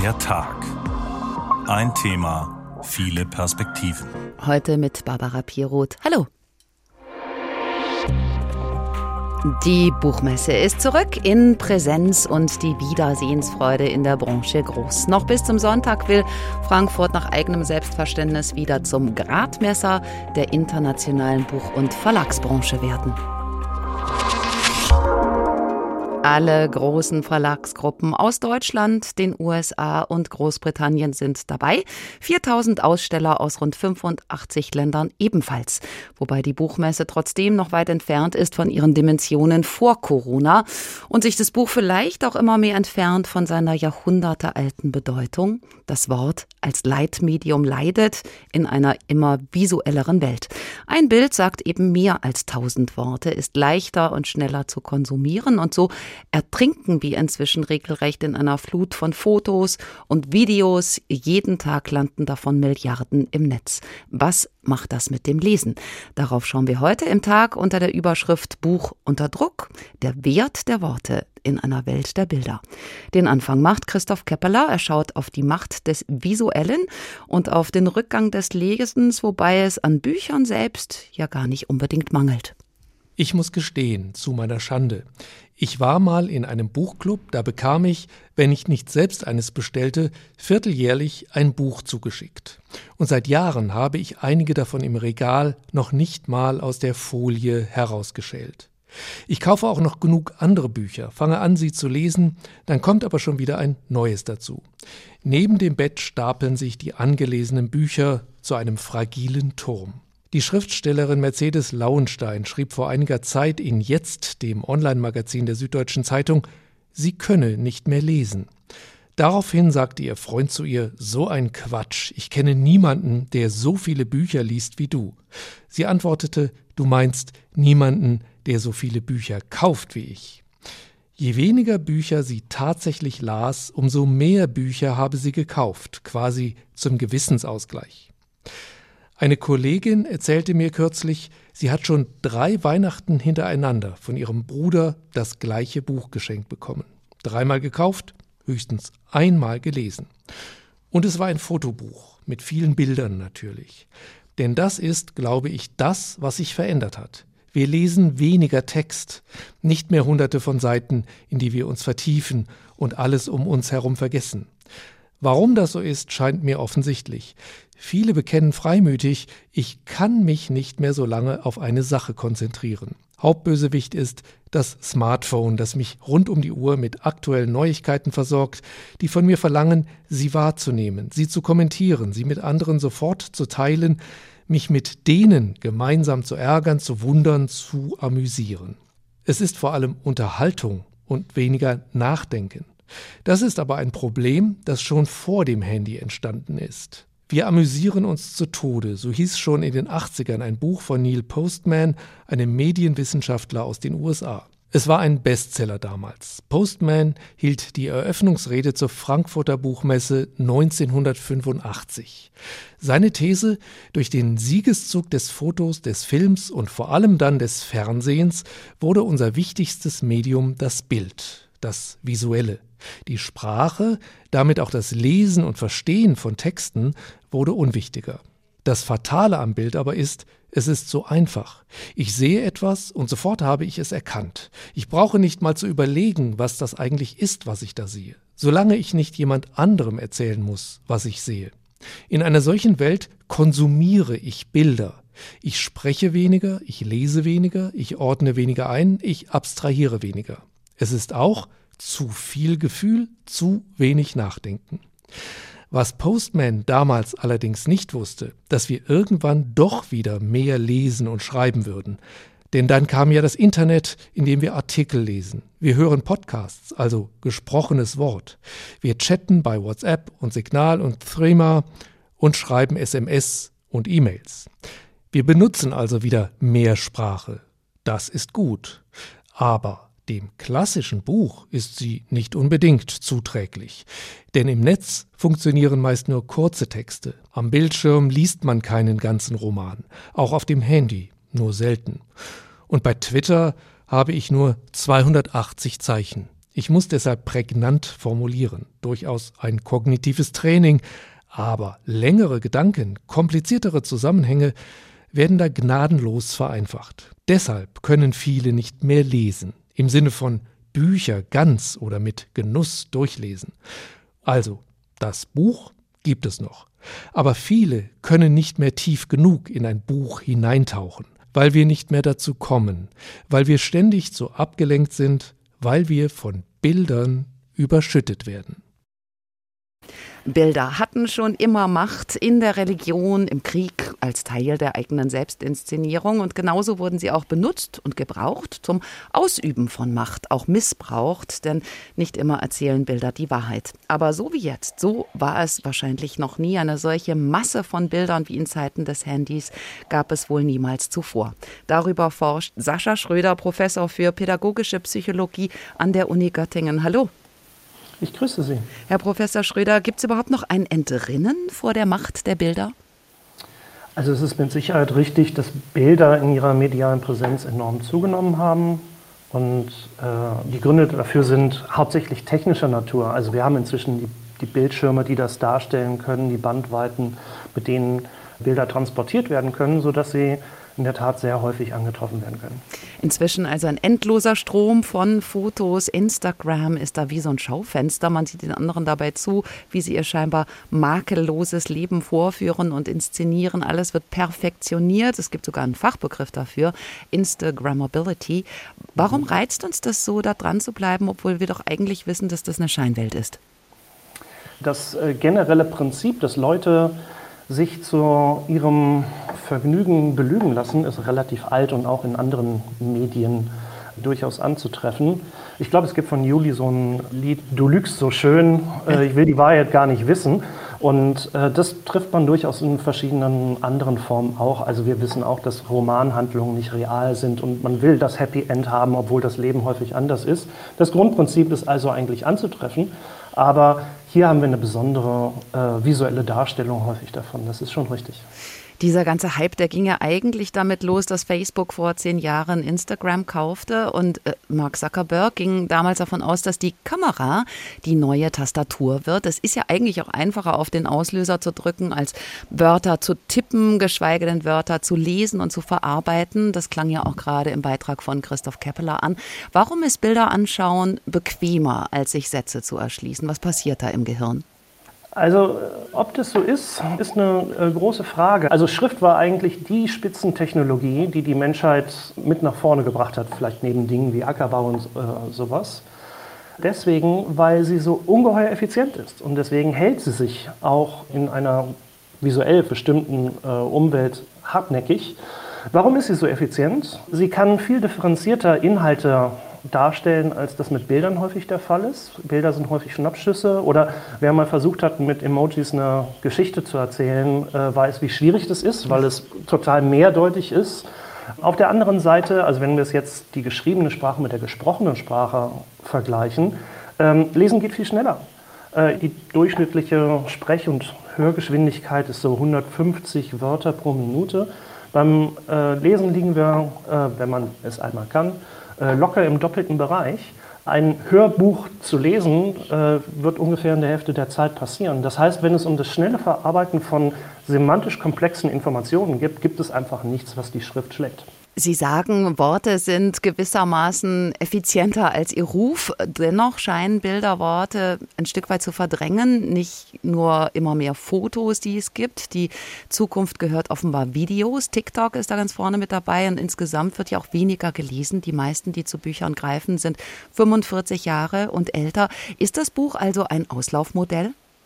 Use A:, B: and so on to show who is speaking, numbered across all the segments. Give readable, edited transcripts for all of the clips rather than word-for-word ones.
A: Der Tag. Ein Thema, viele Perspektiven.
B: Heute mit Barbara Piroth. Hallo. Die Buchmesse ist zurück in Präsenz und die Wiedersehensfreude in der Branche groß. Noch bis zum Sonntag will Frankfurt nach eigenem Selbstverständnis wieder zum Gradmesser der internationalen Buch- und Verlagsbranche werden. Alle großen Verlagsgruppen aus Deutschland, den USA und Großbritannien sind dabei. 4000 Aussteller aus rund 85 Ländern ebenfalls. Wobei die Buchmesse trotzdem noch weit entfernt ist von ihren Dimensionen vor Corona und sich das Buch vielleicht auch immer mehr entfernt von seiner jahrhundertealten Bedeutung. Das Wort als Leitmedium leidet in einer immer visuelleren Welt. Ein Bild sagt eben mehr als 1000 Worte, ist leichter und schneller zu konsumieren und so ertrinken wir inzwischen regelrecht in einer Flut von Fotos und Videos. Jeden Tag landen davon Milliarden im Netz. Was macht das mit dem Lesen? Darauf schauen wir heute im Tag unter der Überschrift Buch unter Druck, der Wert der Worte in einer Welt der Bilder. Den Anfang macht Christoph Keppeler. Er schaut auf die Macht des Visuellen und auf den Rückgang des Lesens, wobei es an Büchern selbst ja gar nicht unbedingt mangelt.
C: Ich muss gestehen, zu meiner Schande. Ich war mal in einem Buchclub, da bekam ich, wenn ich nicht selbst eines bestellte, vierteljährlich ein Buch zugeschickt. Und seit Jahren habe ich einige davon im Regal noch nicht mal aus der Folie herausgeschält. Ich kaufe auch noch genug andere Bücher, fange an, sie zu lesen, dann kommt aber schon wieder ein neues dazu. Neben dem Bett stapeln sich die angelesenen Bücher zu einem fragilen Turm. Die Schriftstellerin Mercedes Lauenstein schrieb vor einiger Zeit in Jetzt, dem Online-Magazin der Süddeutschen Zeitung, sie könne nicht mehr lesen. Daraufhin sagte ihr Freund zu ihr, so ein Quatsch, ich kenne niemanden, der so viele Bücher liest wie du. Sie antwortete, du meinst niemanden, der so viele Bücher kauft wie ich. Je weniger Bücher sie tatsächlich las, umso mehr Bücher habe sie gekauft, quasi zum Gewissensausgleich. Eine Kollegin erzählte mir kürzlich, sie hat schon 3 Weihnachten hintereinander von ihrem Bruder das gleiche Buch geschenkt bekommen. 3-mal gekauft, höchstens einmal gelesen. Und es war ein Fotobuch, mit vielen Bildern natürlich. Denn das ist, glaube ich, das, was sich verändert hat. Wir lesen weniger Text, nicht mehr hunderte von Seiten, in die wir uns vertiefen und alles um uns herum vergessen. Warum das so ist, scheint mir offensichtlich. Viele bekennen freimütig, ich kann mich nicht mehr so lange auf eine Sache konzentrieren. Hauptbösewicht ist das Smartphone, das mich rund um die Uhr mit aktuellen Neuigkeiten versorgt, die von mir verlangen, sie wahrzunehmen, sie zu kommentieren, sie mit anderen sofort zu teilen, mich mit denen gemeinsam zu ärgern, zu wundern, zu amüsieren. Es ist vor allem Unterhaltung und weniger Nachdenken. Das ist aber ein Problem, das schon vor dem Handy entstanden ist. Wir amüsieren uns zu Tode, so hieß schon in den 80ern ein Buch von Neil Postman, einem Medienwissenschaftler aus den USA. Es war ein Bestseller damals. Postman hielt die Eröffnungsrede zur Frankfurter Buchmesse 1985. Seine These, durch den Siegeszug des Fotos, des Films und vor allem dann des Fernsehens wurde unser wichtigstes Medium das Bild, das Visuelle. Die Sprache, damit auch das Lesen und Verstehen von Texten, wurde unwichtiger. Das Fatale am Bild aber ist, es ist so einfach. Ich sehe etwas und sofort habe ich es erkannt. Ich brauche nicht mal zu überlegen, was das eigentlich ist, was ich da sehe. Solange ich nicht jemand anderem erzählen muss, was ich sehe. In einer solchen Welt konsumiere ich Bilder. Ich spreche weniger, ich lese weniger, ich ordne weniger ein, ich abstrahiere weniger. Es ist auch zu viel Gefühl, zu wenig Nachdenken. Was Postman damals allerdings nicht wusste, dass wir irgendwann doch wieder mehr lesen und schreiben würden. Denn dann kam ja das Internet, in dem wir Artikel lesen. Wir hören Podcasts, also gesprochenes Wort. Wir chatten bei WhatsApp und Signal und Threema und schreiben SMS und E-Mails. Wir benutzen also wieder mehr Sprache. Das ist gut. Aber dem klassischen Buch ist sie nicht unbedingt zuträglich. Denn im Netz funktionieren meist nur kurze Texte. Am Bildschirm liest man keinen ganzen Roman. Auch auf dem Handy nur selten. Und bei Twitter habe ich nur 280 Zeichen. Ich muss deshalb prägnant formulieren, durchaus ein kognitives Training, aber längere Gedanken, kompliziertere Zusammenhänge werden da gnadenlos vereinfacht. Deshalb können viele nicht mehr lesen, im Sinne von Bücher ganz oder mit Genuss durchlesen. Also, das Buch gibt es noch. Aber viele können nicht mehr tief genug in ein Buch hineintauchen, weil wir nicht mehr dazu kommen, weil wir ständig so abgelenkt sind, weil wir von Bildern überschüttet werden.
B: Bilder hatten schon immer Macht in der Religion, im Krieg, als Teil der eigenen Selbstinszenierung. Und genauso wurden sie auch benutzt und gebraucht zum Ausüben von Macht, auch missbraucht. Denn nicht immer erzählen Bilder die Wahrheit. Aber so wie jetzt, so war es wahrscheinlich noch nie. Eine solche Masse von Bildern wie in Zeiten des Handys gab es wohl niemals zuvor. Darüber forscht Sascha Schröder, Professor für pädagogische Psychologie an der Uni Göttingen. Hallo.
D: Ich grüße Sie.
B: Herr Professor Schröder, gibt es überhaupt noch ein Entrinnen vor der Macht der Bilder?
D: Also es ist mit Sicherheit richtig, dass Bilder in ihrer medialen Präsenz enorm zugenommen haben. Und die Gründe dafür sind hauptsächlich technischer Natur. Also wir haben inzwischen die Bildschirme, die das darstellen können, die Bandweiten, mit denen Bilder transportiert werden können, sodass sie in der Tat sehr häufig angetroffen werden können.
B: Inzwischen also ein endloser Strom von Fotos. Instagram ist da wie so ein Schaufenster. Man sieht den anderen dabei zu, wie sie ihr scheinbar makelloses Leben vorführen und inszenieren. Alles wird perfektioniert. Es gibt sogar einen Fachbegriff dafür, Instagrammability. Warum reizt uns das so, da dran zu bleiben, obwohl wir doch eigentlich wissen, dass das eine Scheinwelt ist?
D: Das generelle Prinzip, dass Leute sich zu ihrem Vergnügen belügen lassen, ist relativ alt und auch in anderen Medien durchaus anzutreffen. Ich glaube, es gibt von Juli so ein Lied, Du lügst so schön, ich will die Wahrheit gar nicht wissen. Und das trifft man durchaus in verschiedenen anderen Formen auch. Also wir wissen auch, dass Romanhandlungen nicht real sind und man will das Happy End haben, obwohl das Leben häufig anders ist. Das Grundprinzip ist also eigentlich anzutreffen, aber hier haben wir eine besondere visuelle Darstellung häufig davon. Das ist schon richtig.
B: Dieser ganze Hype, der ging ja eigentlich damit los, dass Facebook vor 10 Jahren Instagram kaufte und Mark Zuckerberg ging damals davon aus, dass die Kamera die neue Tastatur wird. Es ist ja eigentlich auch einfacher, auf den Auslöser zu drücken, als Wörter zu tippen, geschweige denn Wörter zu lesen und zu verarbeiten. Das klang ja auch gerade im Beitrag von Christoph Keppeler an. Warum ist Bilder anschauen bequemer, als sich Sätze zu erschließen? Was passiert da im Gehirn?
D: Also ob das so ist eine große Frage. Also Schrift war eigentlich die Spitzentechnologie, die die Menschheit mit nach vorne gebracht hat, vielleicht neben Dingen wie Ackerbau und sowas. Deswegen, weil sie so ungeheuer effizient ist und deswegen hält sie sich auch in einer visuell bestimmten Umwelt hartnäckig. Warum ist sie so effizient? Sie kann viel differenzierter Inhalte darstellen, als das mit Bildern häufig der Fall ist. Bilder sind häufig Schnappschüsse oder wer mal versucht hat, mit Emojis eine Geschichte zu erzählen, weiß, wie schwierig das ist, weil es total mehrdeutig ist. Auf der anderen Seite, also wenn wir es jetzt die geschriebene Sprache mit der gesprochenen Sprache vergleichen, Lesen geht viel schneller. Die durchschnittliche Sprech- und Hörgeschwindigkeit ist so 150 Wörter pro Minute. Beim Lesen liegen wir, wenn man es einmal kann, locker im doppelten Bereich. Ein Hörbuch zu lesen wird ungefähr in der Hälfte der Zeit passieren. Das heißt, wenn es um das schnelle Verarbeiten von semantisch komplexen Informationen geht, gibt es einfach nichts, was die Schrift schlägt.
B: Sie sagen, Worte sind gewissermaßen effizienter als ihr Ruf. Dennoch scheinen Bilder Worte ein Stück weit zu verdrängen. Nicht nur immer mehr Fotos, die es gibt. Die Zukunft gehört offenbar Videos. TikTok ist da ganz vorne mit dabei und insgesamt wird ja auch weniger gelesen. Die meisten, die zu Büchern greifen, sind 45 Jahre und älter. Ist das Buch also ein Auslaufmodell?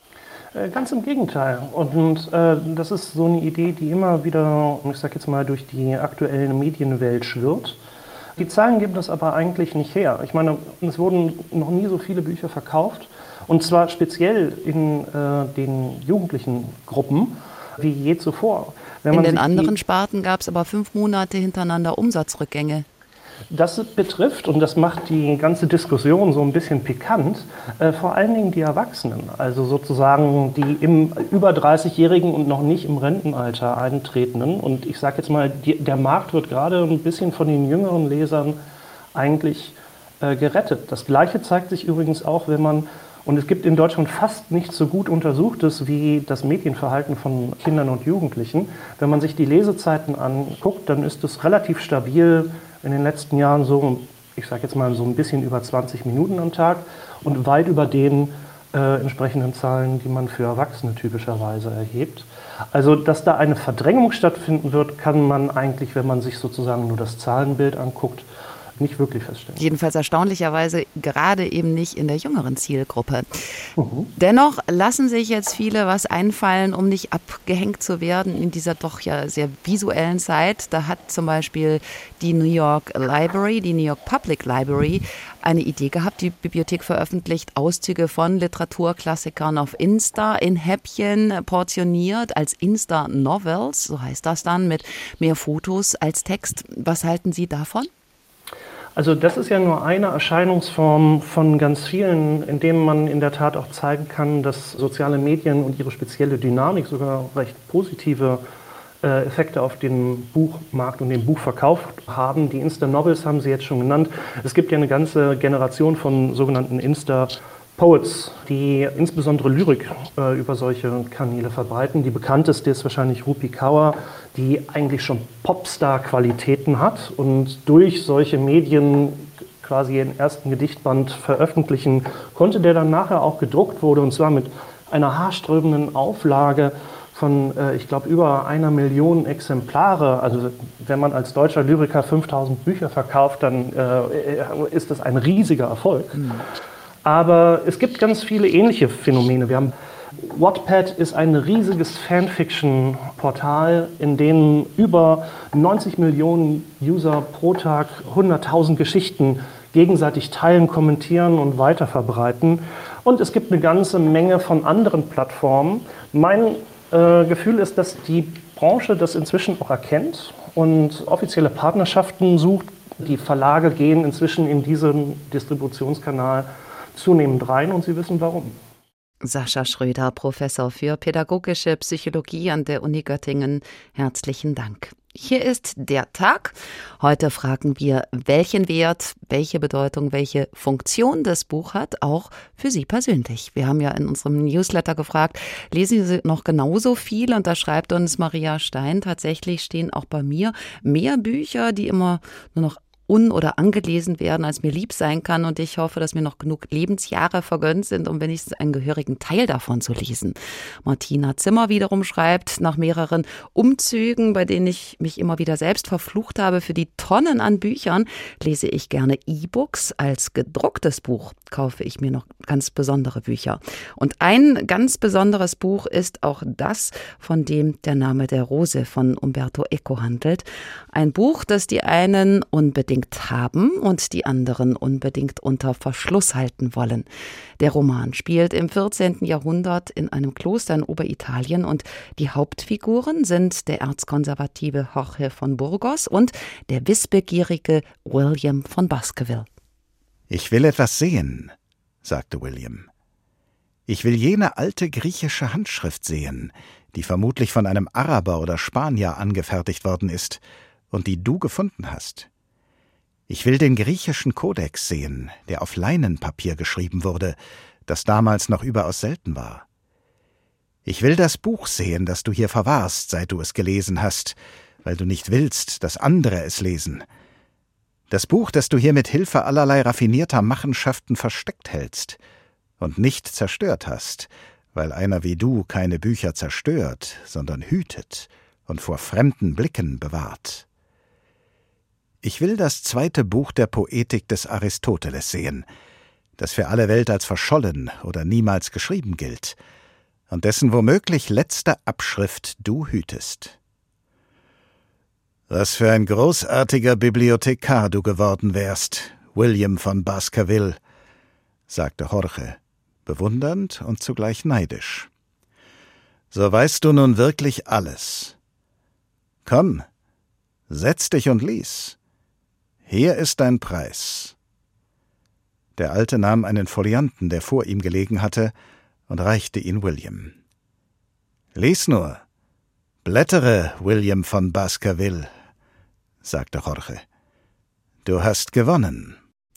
D: Ganz im Gegenteil. Und das ist so eine Idee, die immer wieder, ich sage jetzt mal, durch die aktuelle Medienwelt schwirrt. Die Zahlen geben das aber eigentlich nicht her. Ich meine, es wurden noch nie so viele Bücher verkauft. Und zwar speziell in den jugendlichen Gruppen wie je zuvor.
B: In den anderen Sparten gab es aber 5 Monate hintereinander Umsatzrückgänge. Das
D: betrifft, und das macht die ganze Diskussion so ein bisschen pikant, vor allen Dingen die Erwachsenen, also sozusagen die im über 30-Jährigen und noch nicht im Rentenalter eintretenden. Und ich sage jetzt mal, der Markt wird gerade ein bisschen von den jüngeren Lesern eigentlich gerettet. Das Gleiche zeigt sich übrigens auch, und es gibt in Deutschland fast nichts so gut Untersuchtes wie das Medienverhalten von Kindern und Jugendlichen. Wenn man sich die Lesezeiten anguckt, dann ist es relativ stabil in den letzten Jahren so, ich sage jetzt mal so ein bisschen über 20 Minuten am Tag und weit über den entsprechenden Zahlen, die man für Erwachsene typischerweise erhebt. Also, dass da eine Verdrängung stattfinden wird, kann man eigentlich, wenn man sich sozusagen nur das Zahlenbild anguckt, nicht wirklich feststellen.
B: Jedenfalls erstaunlicherweise gerade eben nicht in der jüngeren Zielgruppe. Dennoch lassen sich jetzt viele was einfallen, um nicht abgehängt zu werden in dieser doch ja sehr visuellen Zeit. Da hat zum Beispiel die New York Public Library, eine Idee gehabt. Die Bibliothek veröffentlicht Auszüge von Literaturklassikern auf Insta in Häppchen portioniert als Insta-Novels, so heißt das dann, mit mehr Fotos als Text. Was halten Sie davon?
D: Also das ist ja nur eine Erscheinungsform von ganz vielen, in dem man in der Tat auch zeigen kann, dass soziale Medien und ihre spezielle Dynamik sogar recht positive Effekte auf den Buchmarkt und den Buchverkauf haben. Die Insta-Novels haben Sie jetzt schon genannt. Es gibt ja eine ganze Generation von sogenannten Insta-Poets, die insbesondere Lyrik über solche Kanäle verbreiten. Die bekannteste ist wahrscheinlich Rupi Kaur, die eigentlich schon Popstar-Qualitäten hat und durch solche Medien quasi ihren ersten Gedichtband veröffentlichen konnte, der dann nachher auch gedruckt wurde, und zwar mit einer haarsträubenden Auflage von, ich glaube, über 1 Million Exemplare. Also wenn man als deutscher Lyriker 5000 Bücher verkauft, dann ist das ein riesiger Erfolg. Aber es gibt ganz viele ähnliche Phänomene. Wir haben Wattpad ist ein riesiges Fanfiction-Portal, in dem über 90 Millionen User pro Tag 100.000 Geschichten gegenseitig teilen, kommentieren und weiterverbreiten. Und es gibt eine ganze Menge von anderen Plattformen. Mein Gefühl ist, dass die Branche das inzwischen auch erkennt und offizielle Partnerschaften sucht. Die Verlage gehen inzwischen in diesen Distributionskanal zunehmend rein und Sie wissen warum.
B: Sascha Schröder, Professor für Pädagogische Psychologie an der Uni Göttingen. Herzlichen Dank. Hier ist der Tag. Heute fragen wir, welchen Wert, welche Bedeutung, welche Funktion das Buch hat, auch für Sie persönlich. Wir haben ja in unserem Newsletter gefragt, lesen Sie noch genauso viel? Und da schreibt uns Maria Stein, tatsächlich stehen auch bei mir mehr Bücher, die immer nur noch oder angelesen werden, als mir lieb sein kann. Und ich hoffe, dass mir noch genug Lebensjahre vergönnt sind, um wenigstens einen gehörigen Teil davon zu lesen. Martina Zimmer wiederum schreibt, nach mehreren Umzügen, bei denen ich mich immer wieder selbst verflucht habe, für die Tonnen an Büchern, lese ich gerne E-Books. Als gedrucktes Buch kaufe ich mir noch ganz besondere Bücher. Und ein ganz besonderes Buch ist auch das, von dem Der Name der Rose von Umberto Eco handelt. Ein Buch, das die einen unbedingt haben und die anderen unbedingt unter Verschluss halten wollen. Der Roman spielt im 14. Jahrhundert in einem Kloster in Oberitalien und die Hauptfiguren sind der erzkonservative Jorge von Burgos und der wissbegierige William von Baskerville.
E: »Ich will etwas sehen«, sagte William. »Ich will jene alte griechische Handschrift sehen, die vermutlich von einem Araber oder Spanier angefertigt worden ist und die du gefunden hast. Ich will den griechischen Kodex sehen, der auf Leinenpapier geschrieben wurde, das damals noch überaus selten war. Ich will das Buch sehen, das du hier verwahrst, seit du es gelesen hast, weil du nicht willst, dass andere es lesen. Das Buch, das du hier mit Hilfe allerlei raffinierter Machenschaften versteckt hältst und nicht zerstört hast, weil einer wie du keine Bücher zerstört, sondern hütet und vor fremden Blicken bewahrt. Ich will das 2. Buch der Poetik des Aristoteles sehen, das für alle Welt als verschollen oder niemals geschrieben gilt und dessen womöglich letzte Abschrift du hütest. Was für ein großartiger Bibliothekar du geworden wärst, William von Baskerville«, sagte Jorge, bewundernd und zugleich neidisch. »So weißt du nun wirklich alles. Komm, setz dich und lies. Hier ist dein Preis.« Der Alte nahm einen Folianten, der vor ihm gelegen hatte, und reichte ihn William. »Lies nur, blättere, William von Baskerville«, sagte Jorge. »Du hast gewonnen.«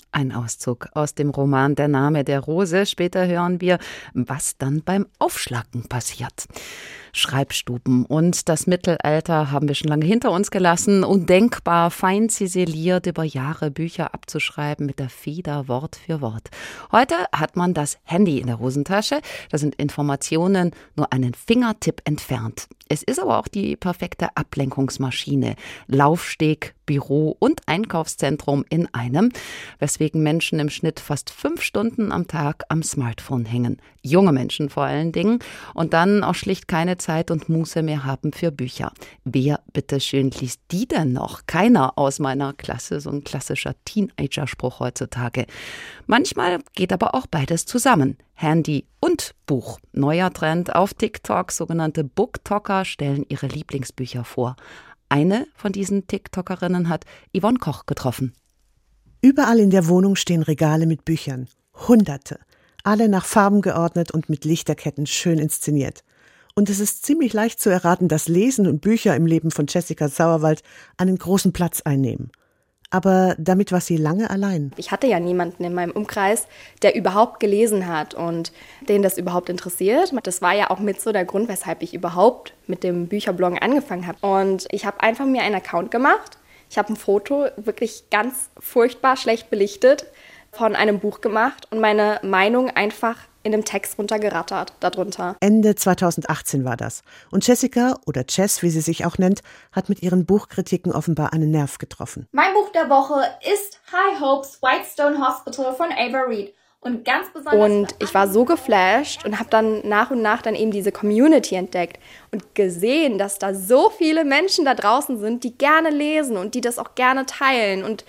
B: Ein Auszug aus dem Roman Der Name der Rose. Später hören wir, was dann beim Aufschlagen passiert. Schreibstuben und das Mittelalter haben wir schon lange hinter uns gelassen. Undenkbar fein ziseliert über Jahre Bücher abzuschreiben mit der Feder Wort für Wort. Heute hat man das Handy in der Hosentasche. Da sind Informationen nur einen Fingertipp entfernt. Es ist aber auch die perfekte Ablenkungsmaschine. Laufsteg, Büro und Einkaufszentrum in einem, weswegen Menschen im Schnitt fast 5 Stunden am Tag am Smartphone hängen. Junge Menschen vor allen Dingen und dann auch schlicht keine Zeit und Muße mehr haben für Bücher. Wer bitteschön liest die denn noch? Keiner aus meiner Klasse, so ein klassischer Teenager-Spruch heutzutage. Manchmal geht aber auch beides zusammen. Handy und Buch. Neuer Trend auf TikTok, sogenannte Booktalker stellen ihre Lieblingsbücher vor. Eine von diesen TikTokerinnen hat Yvonne Koch getroffen.
F: Überall in der Wohnung stehen Regale mit Büchern. Hunderte. Alle nach Farben geordnet und mit Lichterketten schön inszeniert. Und es ist ziemlich leicht zu erraten, dass Lesen und Bücher im Leben von Jessica Sauerwald einen großen Platz einnehmen. Aber damit war sie lange allein.
G: Ich hatte ja niemanden in meinem Umkreis, der überhaupt gelesen hat und den das überhaupt interessiert. Das war ja auch mit so der Grund, weshalb ich überhaupt mit dem Bücherbloggen angefangen habe. Und ich habe einfach mir einen Account gemacht. Ich habe ein Foto, wirklich ganz furchtbar schlecht belichtet, von einem Buch gemacht und meine Meinung einfach in dem Text runtergerattert darunter.
F: Ende 2018 war das. Und Jessica, oder Jess, wie sie sich auch nennt, hat mit ihren Buchkritiken offenbar einen Nerv getroffen.
H: Mein Buch der Woche ist High Hopes, Whitestone Hospital von Ava Reid. Und ganz besonders.
G: Und ich war so geflasht und habe dann nach und nach dann eben diese Community entdeckt und gesehen, dass da so viele Menschen da draußen sind, die gerne lesen und die das auch gerne teilen. Und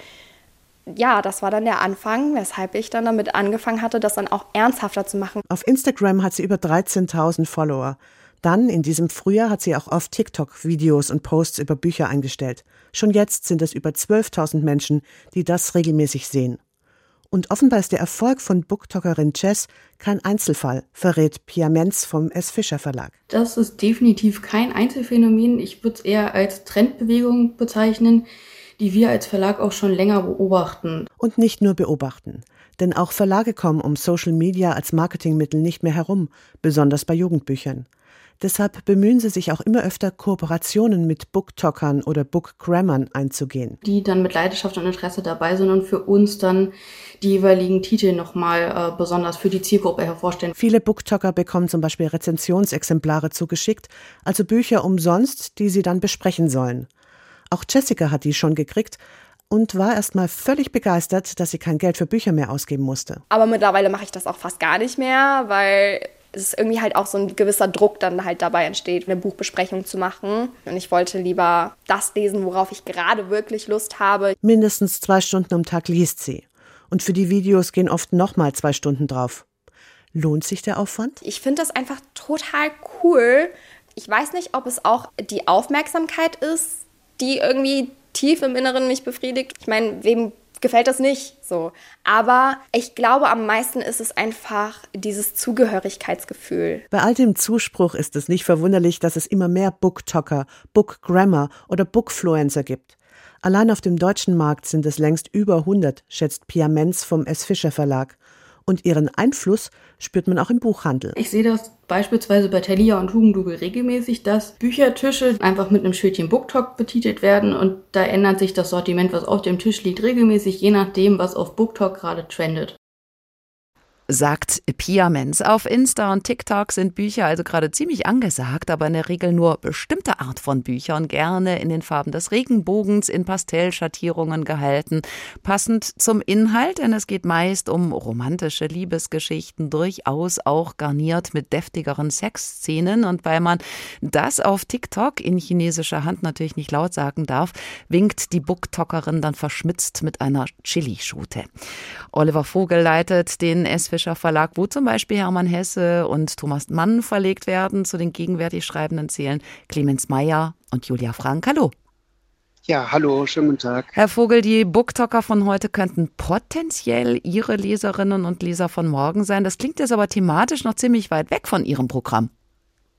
G: ja, das war dann der Anfang, weshalb ich dann damit angefangen hatte, das dann auch ernsthafter zu machen.
F: Auf Instagram hat sie über 13.000 Follower. Dann, in diesem Frühjahr, hat sie auch auf TikTok Videos und Posts über Bücher eingestellt. Schon jetzt sind es über 12.000 Menschen, die das regelmäßig sehen. Und offenbar ist der Erfolg von Booktalkerin Jess kein Einzelfall, verrät Pia Menz vom S. Fischer Verlag.
I: Das ist definitiv kein Einzelfenomen. Ich würde es eher als Trendbewegung bezeichnen, die wir als Verlag auch schon länger beobachten.
F: Und nicht nur beobachten, denn auch Verlage kommen um Social Media als Marketingmittel nicht mehr herum, besonders bei Jugendbüchern. Deshalb bemühen sie sich auch immer öfter, Kooperationen mit Booktalkern oder Bookgrammern einzugehen.
I: Die dann mit Leidenschaft und Interesse dabei sind und für uns dann die jeweiligen Titel nochmal besonders für die Zielgruppe hervorstellen.
F: Viele Booktalker bekommen zum Beispiel Rezensionsexemplare zugeschickt, also Bücher umsonst, die sie dann besprechen sollen. Auch Jessica hat die schon gekriegt und war erstmal völlig begeistert, dass sie kein Geld für Bücher mehr ausgeben musste.
G: Aber mittlerweile mache ich das auch fast gar nicht mehr, weil es irgendwie halt auch so ein gewisser Druck dann halt dabei entsteht, eine Buchbesprechung zu machen. Und ich wollte lieber das lesen, worauf ich gerade wirklich Lust habe.
F: Mindestens 2 Stunden am Tag liest sie. Und für die Videos gehen oft nochmal 2 Stunden drauf. Lohnt sich der Aufwand?
G: Ich finde das einfach total cool. Ich weiß nicht, ob es auch die Aufmerksamkeit ist, die irgendwie tief im Inneren mich befriedigt. Ich meine, wem gefällt das nicht so? Aber ich glaube, am meisten ist es einfach dieses Zugehörigkeitsgefühl.
F: Bei all dem Zuspruch ist es nicht verwunderlich, dass es immer mehr Booktalker, Bookgrammer oder Bookfluencer gibt. Allein auf dem deutschen Markt sind es längst über 100, schätzt Pia Menz vom S. Fischer Verlag. Und ihren Einfluss spürt man auch im Buchhandel.
I: Ich sehe das beispielsweise bei Thalia und Hugendubel regelmäßig, dass Büchertische einfach mit einem Schildchen BookTok betitelt werden und da ändert sich das Sortiment, was auf dem Tisch liegt, regelmäßig, je nachdem, was auf BookTok gerade trendet.
B: Sagt Pia Menz. Auf Insta und TikTok sind Bücher also gerade ziemlich angesagt, aber in der Regel nur bestimmte Art von Büchern, gerne in den Farben des Regenbogens, in Pastellschattierungen gehalten, passend zum Inhalt, denn es geht meist um romantische Liebesgeschichten, durchaus auch garniert mit deftigeren Sexszenen. Und weil man das auf TikTok in chinesischer Hand natürlich nicht laut sagen darf, winkt die Booktalkerin dann verschmitzt mit einer Chilischote. Oliver Vogel leitet den S. Fischer Verlag, wo zum Beispiel Hermann Hesse und Thomas Mann verlegt werden. Zu den gegenwärtig Schreibenden zählen Clemens Meyer und Julia Frank. Hallo.
J: Ja, hallo, schönen guten Tag.
B: Herr Vogel, die Booktalker von heute könnten potenziell Ihre Leserinnen und Leser von morgen sein. Das klingt jetzt aber thematisch noch ziemlich weit weg von Ihrem Programm.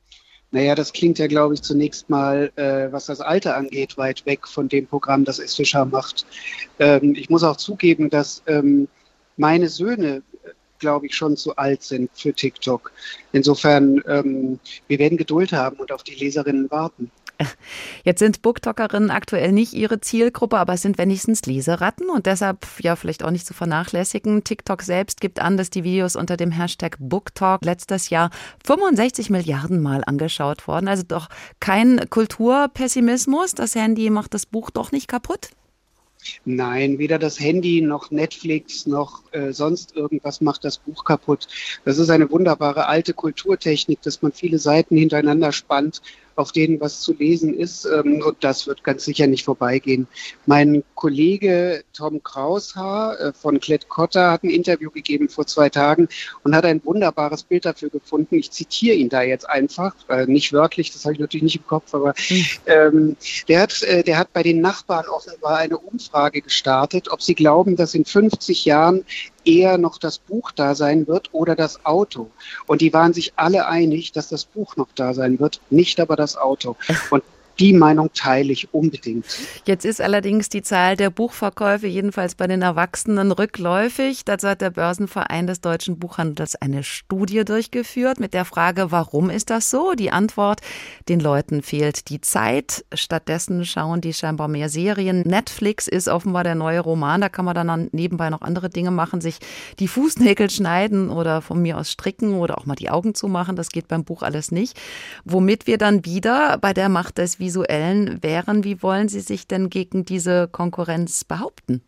J: Naja, das klingt ja, glaube ich, zunächst mal, was das Alter angeht, weit weg von dem Programm, das S. Fischer macht. Ich muss auch zugeben, dass meine Söhne, glaube ich, schon zu alt sind für TikTok. Insofern, wir werden Geduld haben und auf die Leserinnen warten.
B: Jetzt sind Booktalkerinnen aktuell nicht ihre Zielgruppe, aber es sind wenigstens Leseratten und deshalb ja vielleicht auch nicht zu vernachlässigen. TikTok selbst gibt an, dass die Videos unter dem Hashtag BookTalk letztes Jahr 65 Milliarden Mal angeschaut wurden. Also doch kein Kulturpessimismus. Das Handy macht das Buch doch nicht kaputt?
J: Nein, weder das Handy noch Netflix noch sonst irgendwas macht das Buch kaputt. Das ist eine wunderbare alte Kulturtechnik, dass man viele Seiten hintereinander spannt, auf denen was zu lesen ist. Und das wird ganz sicher nicht vorbeigehen. Mein Kollege Tom Kraushaar von Klett-Cotta hat ein Interview gegeben vor 2 Tagen und hat ein wunderbares Bild dafür gefunden. Ich zitiere ihn da jetzt einfach, nicht wörtlich, das habe ich natürlich nicht im Kopf, aber der hat bei den Nachbarn offenbar eine Umfrage gestartet, ob sie glauben, dass in 50 Jahren eher noch das Buch da sein wird oder das Auto. Und die waren sich alle einig, dass das Buch noch da sein wird, nicht aber das Auto. Und die Meinung teile ich unbedingt.
B: Jetzt ist allerdings die Zahl der Buchverkäufe jedenfalls bei den Erwachsenen rückläufig. Dazu hat der Börsenverein des deutschen Buchhandels eine Studie durchgeführt mit der Frage, warum ist das so? Die Antwort, den Leuten fehlt die Zeit. Stattdessen schauen die scheinbar mehr Serien. Netflix ist offenbar der neue Roman. Da kann man dann nebenbei noch andere Dinge machen, sich die Fußnägel schneiden oder von mir aus stricken oder auch mal die Augen zumachen. Das geht beim Buch alles nicht. Womit wir dann wieder bei der Macht des Visuellen wären. Wie wollen Sie sich denn gegen diese Konkurrenz behaupten?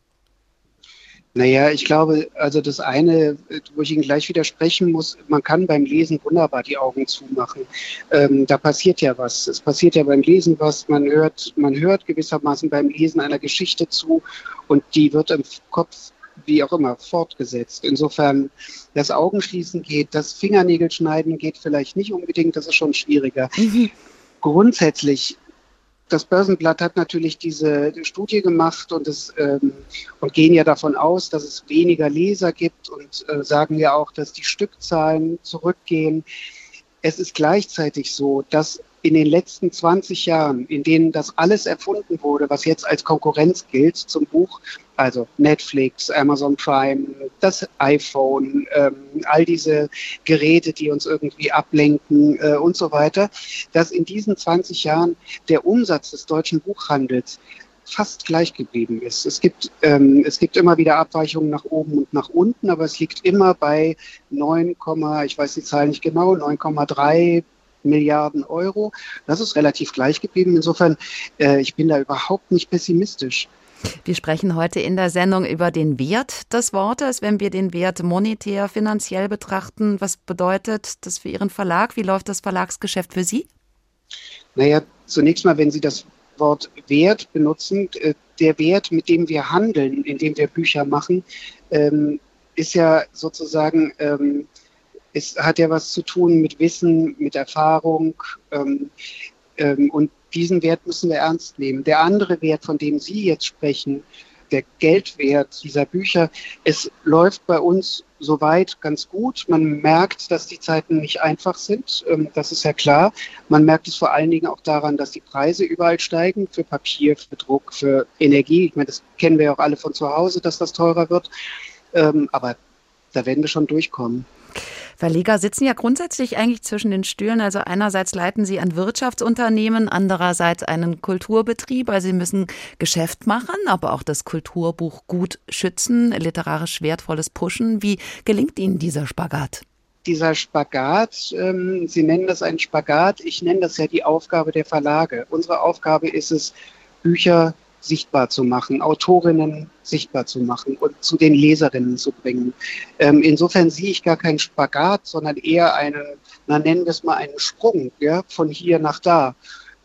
J: Naja, ich glaube, also das eine, wo ich Ihnen gleich widersprechen muss, man kann beim Lesen wunderbar die Augen zumachen. Da passiert ja was. Es passiert ja beim Lesen was. Man hört gewissermaßen beim Lesen einer Geschichte zu und die wird im Kopf wie auch immer fortgesetzt. Insofern, das Augenschließen geht, das Fingernägelschneiden geht vielleicht nicht unbedingt, das ist schon schwieriger. Grundsätzlich, das Börsenblatt hat natürlich diese Studie gemacht und gehen ja davon aus, dass es weniger Leser gibt und sagen ja auch, dass die Stückzahlen zurückgehen. Es ist gleichzeitig so, dass in den letzten 20 Jahren, in denen das alles erfunden wurde, was jetzt als Konkurrenz gilt zum Buch, also Netflix, Amazon Prime, das iPhone, all diese Geräte, die uns irgendwie ablenken und so weiter, dass in diesen 20 Jahren der Umsatz des deutschen Buchhandels fast gleich geblieben ist. Es gibt immer wieder Abweichungen nach oben und nach unten, aber es liegt immer bei 9, ich weiß die Zahl nicht genau, 9,3 Milliarden Euro. Das ist relativ gleich geblieben. Insofern, ich bin da überhaupt nicht pessimistisch.
B: Wir sprechen heute in der Sendung über den Wert des Wortes. Wenn wir den Wert monetär, finanziell betrachten, was bedeutet das für Ihren Verlag? Wie läuft das Verlagsgeschäft für Sie?
J: Naja, zunächst mal, wenn Sie das Wort Wert benutzen, der Wert, mit dem wir handeln, indem wir Bücher machen, ist ja sozusagen, es hat ja was zu tun mit Wissen, mit Erfahrung und diesen Wert müssen wir ernst nehmen. Der andere Wert, von dem Sie jetzt sprechen, der Geldwert dieser Bücher, es läuft bei uns soweit ganz gut. Man merkt, dass die Zeiten nicht einfach sind. Das ist ja klar. Man merkt es vor allen Dingen auch daran, dass die Preise überall steigen, für Papier, für Druck, für Energie. Ich meine, das kennen wir ja auch alle von zu Hause, dass das teurer wird. Aber da werden wir schon durchkommen.
B: Verleger sitzen ja grundsätzlich eigentlich zwischen den Stühlen. Also einerseits leiten sie ein Wirtschaftsunternehmen, andererseits einen Kulturbetrieb. Also sie müssen Geschäft machen, aber auch das Kulturbuch gut schützen, literarisch Wertvolles pushen. Wie gelingt Ihnen dieser Spagat?
J: Dieser Spagat, Sie nennen das einen Spagat, ich nenne das ja die Aufgabe der Verlage. Unsere Aufgabe ist es, Bücher sichtbar zu machen, Autorinnen sichtbar zu machen und zu den Leserinnen zu bringen. Insofern sehe ich gar keinen Spagat, sondern eher einen, nennen wir es mal einen Sprung, ja, von hier nach da.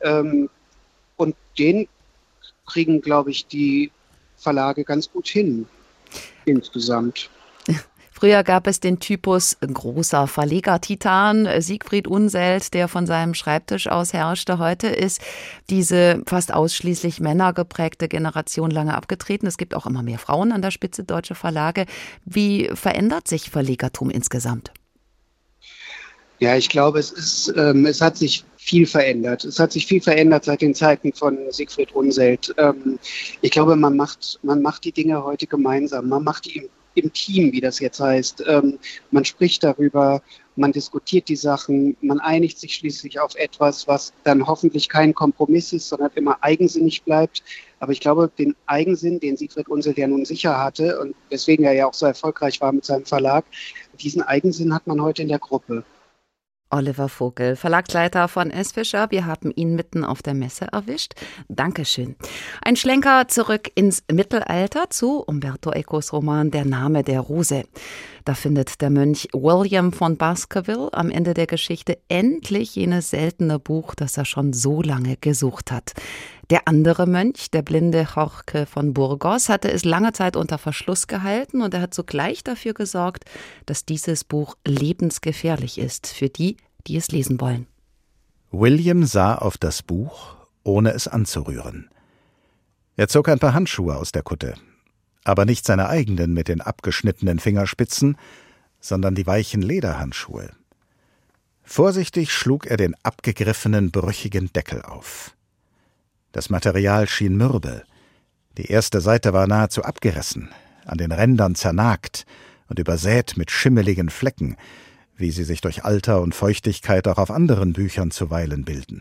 J: Und den kriegen, glaube ich, die Verlage ganz gut hin, insgesamt.
B: Früher gab es den Typus großer Verleger-Titan, Siegfried Unseld, der von seinem Schreibtisch aus herrschte. Heute ist diese fast ausschließlich männergeprägte Generation lange abgetreten. Es gibt auch immer mehr Frauen an der Spitze deutscher Verlage. Wie verändert sich Verlegertum insgesamt?
J: Ja, ich glaube, es hat sich viel verändert. Es hat sich viel verändert seit den Zeiten von Siegfried Unseld. Ich glaube, man macht die Dinge heute gemeinsam. Man macht die im Team, wie das jetzt heißt. Man spricht darüber, man diskutiert die Sachen, man einigt sich schließlich auf etwas, was dann hoffentlich kein Kompromiss ist, sondern immer eigensinnig bleibt. Aber ich glaube, den Eigensinn, den Siegfried Unseld ja nun sicher hatte und weswegen er ja auch so erfolgreich war mit seinem Verlag, diesen Eigensinn hat man heute in der Gruppe.
B: Oliver Vogel, Verlagsleiter von S. Fischer. Wir haben ihn mitten auf der Messe erwischt. Dankeschön. Ein Schlenker zurück ins Mittelalter zu Umberto Ecos Roman Der Name der Rose. Da findet der Mönch William von Baskerville am Ende der Geschichte endlich jenes seltene Buch, das er schon so lange gesucht hat. Der andere Mönch, der blinde Jorge von Burgos, hatte es lange Zeit unter Verschluss gehalten und er hat sogleich dafür gesorgt, dass dieses Buch lebensgefährlich ist für die, die es lesen wollen.
E: William sah auf das Buch, ohne es anzurühren. Er zog ein paar Handschuhe aus der Kutte, aber nicht seine eigenen mit den abgeschnittenen Fingerspitzen, sondern die weichen Lederhandschuhe. Vorsichtig schlug er den abgegriffenen, brüchigen Deckel auf. Das Material schien mürbe. Die erste Seite war nahezu abgerissen, an den Rändern zernagt und übersät mit schimmeligen Flecken, wie sie sich durch Alter und Feuchtigkeit auch auf anderen Büchern zuweilen bilden.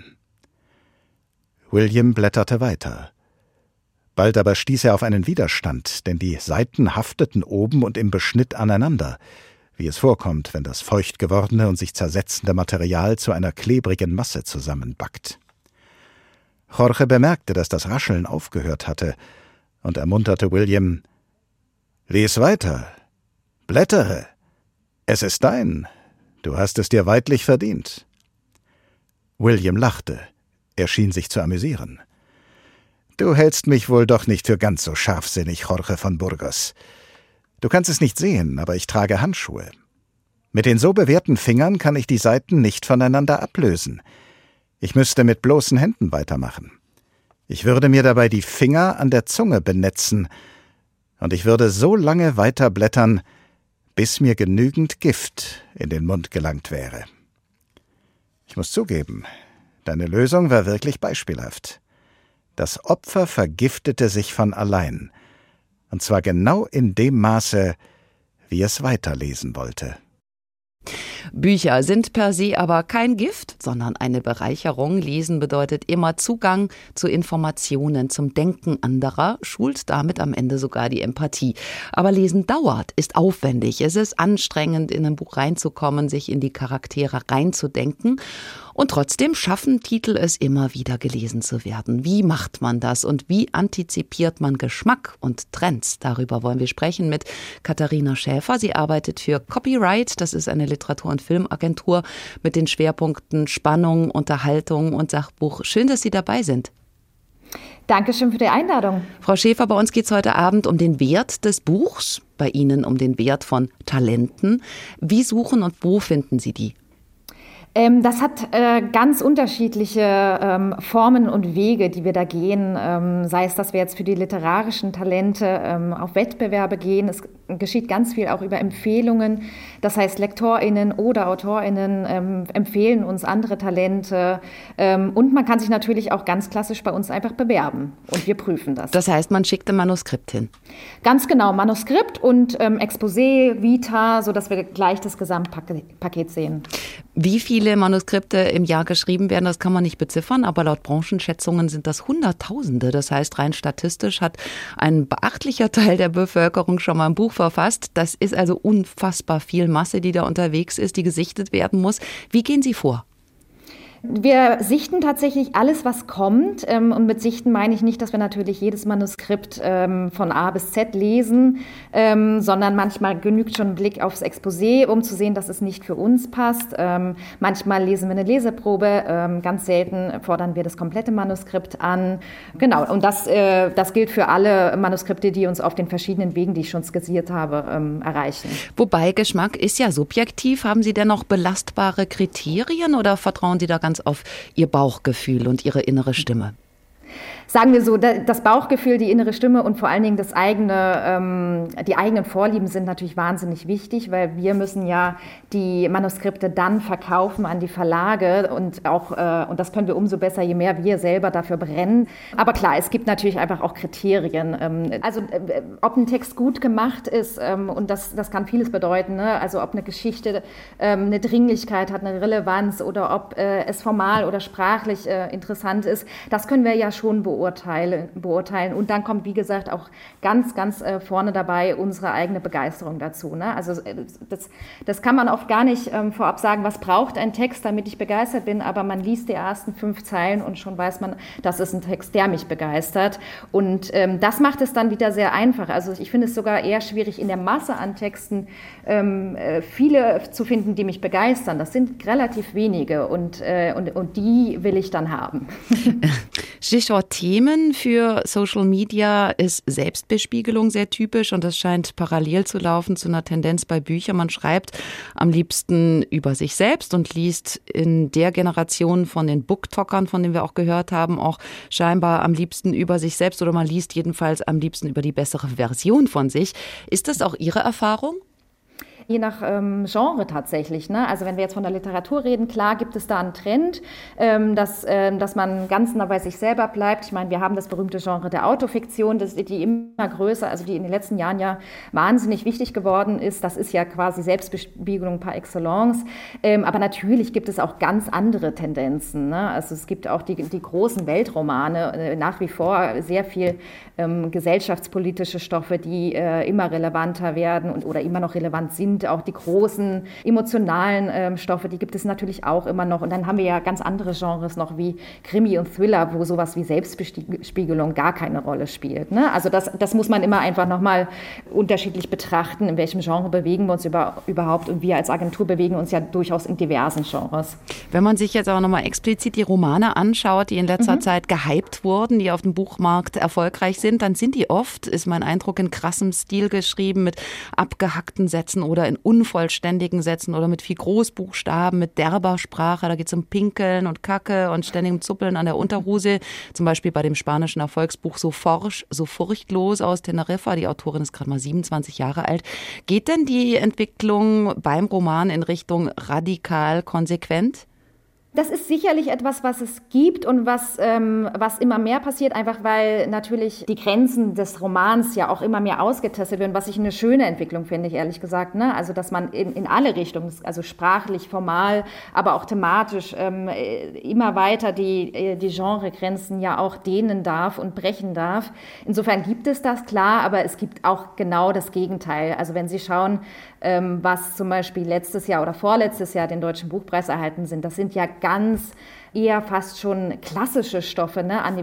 E: William blätterte weiter. Bald aber stieß er auf einen Widerstand, denn die Seiten hafteten oben und im Beschnitt aneinander, wie es vorkommt, wenn das feucht gewordene und sich zersetzende Material zu einer klebrigen Masse zusammenbackt. Jorge bemerkte, dass das Rascheln aufgehört hatte und ermunterte William: »Lies weiter, blättere, es ist dein, du hast es dir weidlich verdient.« William lachte, er schien sich zu amüsieren. »Du hältst mich wohl doch nicht für ganz so scharfsinnig, Jorge von Burgos. Du kannst es nicht sehen, aber ich trage Handschuhe. Mit den so bewehrten Fingern kann ich die Seiten nicht voneinander ablösen. Ich müsste mit bloßen Händen weitermachen. Ich würde mir dabei die Finger an der Zunge benetzen, und ich würde so lange weiterblättern, bis mir genügend Gift in den Mund gelangt wäre. Ich muss zugeben, deine Lösung war wirklich beispielhaft. Das Opfer vergiftete sich von allein, und zwar genau in dem Maße, wie es weiterlesen wollte.
B: Bücher sind per se aber kein Gift, sondern eine Bereicherung. Lesen bedeutet immer Zugang zu Informationen, zum Denken anderer, schult damit am Ende sogar die Empathie. Aber Lesen dauert, ist aufwendig. Es ist anstrengend, in ein Buch reinzukommen, sich in die Charaktere reinzudenken. Und trotzdem schaffen Titel es immer wieder, gelesen zu werden. Wie macht man das und wie antizipiert man Geschmack und Trends? Darüber wollen wir sprechen mit Katharina Schäfer. Sie arbeitet für Copyright, das ist eine Literatur- und Filmagentur mit den Schwerpunkten Spannung, Unterhaltung und Sachbuch. Schön, dass Sie dabei sind.
K: Dankeschön für die Einladung.
B: Frau Schäfer, bei uns geht es heute Abend um den Wert des Buchs, bei Ihnen um den Wert von Talenten. Wie suchen und wo finden Sie die?
K: Das hat ganz unterschiedliche Formen und Wege, die wir da gehen. Sei es, dass wir jetzt für die literarischen Talente auf Wettbewerbe gehen. Es geschieht ganz viel auch über Empfehlungen. Das heißt, LektorInnen oder AutorInnen empfehlen uns andere Talente. Und man kann sich natürlich auch ganz klassisch bei uns einfach bewerben. Und wir prüfen das.
B: Das heißt, man schickt ein Manuskript hin?
K: Ganz genau, Manuskript und Exposé, Vita, sodass wir gleich das Gesamtpaket sehen.
B: Wie viele Manuskripte im Jahr geschrieben werden, das kann man nicht beziffern, aber laut Branchenschätzungen sind das Hunderttausende. Das heißt, rein statistisch hat ein beachtlicher Teil der Bevölkerung schon mal ein Buch verfasst. Das ist also unfassbar viel Masse, die da unterwegs ist, die gesichtet werden muss. Wie gehen Sie vor?
K: Wir sichten tatsächlich alles, was kommt. Und mit Sichten meine ich nicht, dass wir natürlich jedes Manuskript von A bis Z lesen, sondern manchmal genügt schon ein Blick aufs Exposé, um zu sehen, dass es nicht für uns passt. Manchmal lesen wir eine Leseprobe. Ganz selten fordern wir das komplette Manuskript an. Genau, und das gilt für alle Manuskripte, die uns auf den verschiedenen Wegen, die ich schon skizziert habe, erreichen.
B: Wobei Geschmack ist ja subjektiv. Haben Sie denn noch belastbare Kriterien oder vertrauen Sie da ganz auf Ihr Bauchgefühl und Ihre innere Stimme?
K: sagen wir so, das Bauchgefühl, die innere Stimme und vor allen Dingen die eigenen Vorlieben sind natürlich wahnsinnig wichtig, weil wir müssen ja die Manuskripte dann verkaufen an die Verlage und das können wir umso besser, je mehr wir selber dafür brennen. Aber klar, es gibt natürlich einfach auch Kriterien. Ob ein Text gut gemacht ist, und das kann vieles bedeuten, ne? Also ob eine Geschichte eine Dringlichkeit hat, eine Relevanz oder ob es formal oder sprachlich interessant ist, das können wir ja schon beurteilen. Und dann kommt, wie gesagt, auch ganz, ganz vorne dabei unsere eigene Begeisterung dazu. Ne? Also das kann man oft gar nicht vorab sagen, was braucht ein Text, damit ich begeistert bin, aber man liest die ersten 5 Zeilen und schon weiß man, das ist ein Text, der mich begeistert. Und das macht es dann wieder sehr einfach. Also ich finde es sogar eher schwierig, in der Masse an Texten viele zu finden, die mich begeistern. Das sind relativ wenige und die will ich dann haben.
B: Stichwort Themen für Social Media ist Selbstbespiegelung sehr typisch und das scheint parallel zu laufen zu einer Tendenz bei Büchern. Man schreibt am liebsten über sich selbst und liest in der Generation von den Booktalkern, von denen wir auch gehört haben, auch scheinbar am liebsten über sich selbst oder man liest jedenfalls am liebsten über die bessere Version von sich. Ist das auch Ihre Erfahrung?
K: Je nach Genre tatsächlich. Ne? Also wenn wir jetzt von der Literatur reden, klar gibt es da einen Trend, dass man ganz nah bei sich selber bleibt. Ich meine, wir haben das berühmte Genre der Autofiktion, die immer größer, also die in den letzten Jahren ja wahnsinnig wichtig geworden ist. Das ist ja quasi Selbstbespiegelung par excellence. Aber natürlich gibt es auch ganz andere Tendenzen. Ne? Also es gibt auch die großen Weltromane, nach wie vor sehr viel gesellschaftspolitische Stoffe, die immer relevanter werden oder immer noch relevant sind. Auch die großen emotionalen Stoffe, die gibt es natürlich auch immer noch. Und dann haben wir ja ganz andere Genres noch wie Krimi und Thriller, wo sowas wie Selbstbespiegelung gar keine Rolle spielt. Ne? Also das muss man immer einfach nochmal unterschiedlich betrachten, in welchem Genre bewegen wir uns überhaupt. Und wir als Agentur bewegen uns ja durchaus in diversen Genres.
B: Wenn man sich jetzt aber nochmal explizit die Romane anschaut, die in letzter Zeit gehypt wurden, die auf dem Buchmarkt erfolgreich sind, dann sind die oft, ist mein Eindruck, in krassem Stil geschrieben, mit abgehackten Sätzen oder in unvollständigen Sätzen oder mit viel Großbuchstaben, mit derber Sprache. Da geht es um Pinkeln und Kacke und ständigem Zuppeln an der Unterhose. Zum Beispiel bei dem spanischen Erfolgsbuch So furchtlos aus Teneriffa. Die Autorin ist gerade mal 27 Jahre alt. Geht denn die Entwicklung beim Roman in Richtung radikal konsequent?
K: Das ist sicherlich etwas, was es gibt und was immer mehr passiert, einfach weil natürlich die Grenzen des Romans ja auch immer mehr ausgetestet werden, was ich eine schöne Entwicklung finde, ich ehrlich gesagt. Ne? Also dass man in alle Richtungen, also sprachlich, formal, aber auch thematisch immer weiter die Genregrenzen ja auch dehnen darf und brechen darf. Insofern gibt es das, klar, aber es gibt auch genau das Gegenteil. Also wenn Sie schauen, was zum Beispiel letztes Jahr oder vorletztes Jahr den Deutschen Buchpreis erhalten sind, das sind ja ganz eher fast schon klassische Stoffe, ne? Anne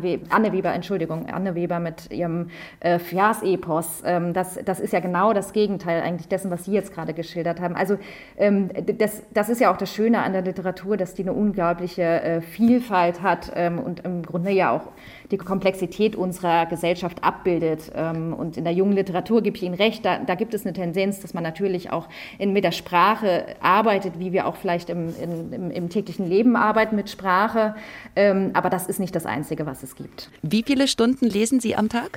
K: Weber mit ihrem Versepos. Das ist ja genau das Gegenteil eigentlich dessen, was Sie jetzt gerade geschildert haben. Also das ist ja auch das Schöne an der Literatur, dass die eine unglaubliche Vielfalt hat und im Grunde ja auch die Komplexität unserer Gesellschaft abbildet. Und in der jungen Literatur gebe ich Ihnen recht, da gibt es eine Tendenz, dass man natürlich auch mit der Sprache arbeitet, wie wir auch vielleicht im täglichen Leben arbeiten mit Sprache. Aber das ist nicht das Einzige, was es gibt.
B: Wie viele Stunden lesen Sie am Tag?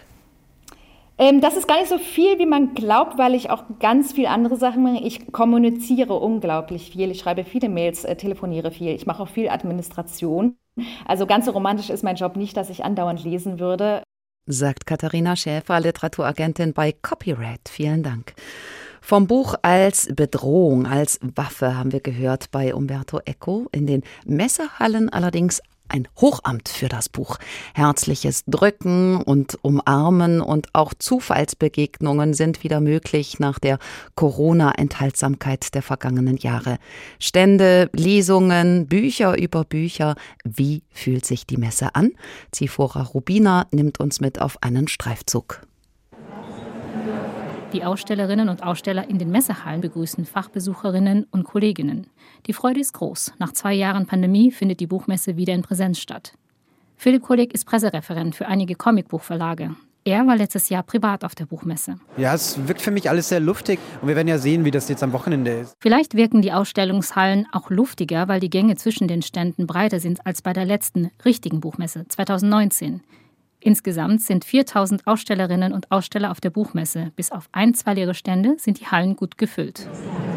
K: Das ist gar nicht so viel, wie man glaubt, weil ich auch ganz viel andere Sachen mache. Ich kommuniziere unglaublich viel. Ich schreibe viele Mails, telefoniere viel. Ich mache auch viel Administration. Also ganz so romantisch ist mein Job nicht, dass ich andauernd lesen würde.
B: Sagt Katharina Schäfer, Literaturagentin bei Copyright. Vielen Dank. Vom Buch als Bedrohung, als Waffe haben wir gehört bei Umberto Eco. In den Messehallen allerdings ein Hochamt für das Buch. Herzliches Drücken und Umarmen und auch Zufallsbegegnungen sind wieder möglich nach der Corona-Enthaltsamkeit der vergangenen Jahre. Stände, Lesungen, Bücher über Bücher. Wie fühlt sich die Messe an? Zifora Rubina nimmt uns mit auf einen Streifzug.
L: Die Ausstellerinnen und Aussteller in den Messehallen begrüßen Fachbesucherinnen und Kolleginnen. Die Freude ist groß. Nach 2 Jahren Pandemie findet die Buchmesse wieder in Präsenz statt. Philipp Kulik ist Pressereferent für einige Comicbuchverlage. Er war letztes Jahr privat auf der Buchmesse.
M: Ja, es wirkt für mich alles sehr luftig und wir werden ja sehen, wie das jetzt am Wochenende ist.
L: Vielleicht wirken die Ausstellungshallen auch luftiger, weil die Gänge zwischen den Ständen breiter sind als bei der letzten richtigen Buchmesse 2019. Insgesamt sind 4.000 Ausstellerinnen und Aussteller auf der Buchmesse. Bis auf 1-2 leere Stände sind die Hallen gut gefüllt.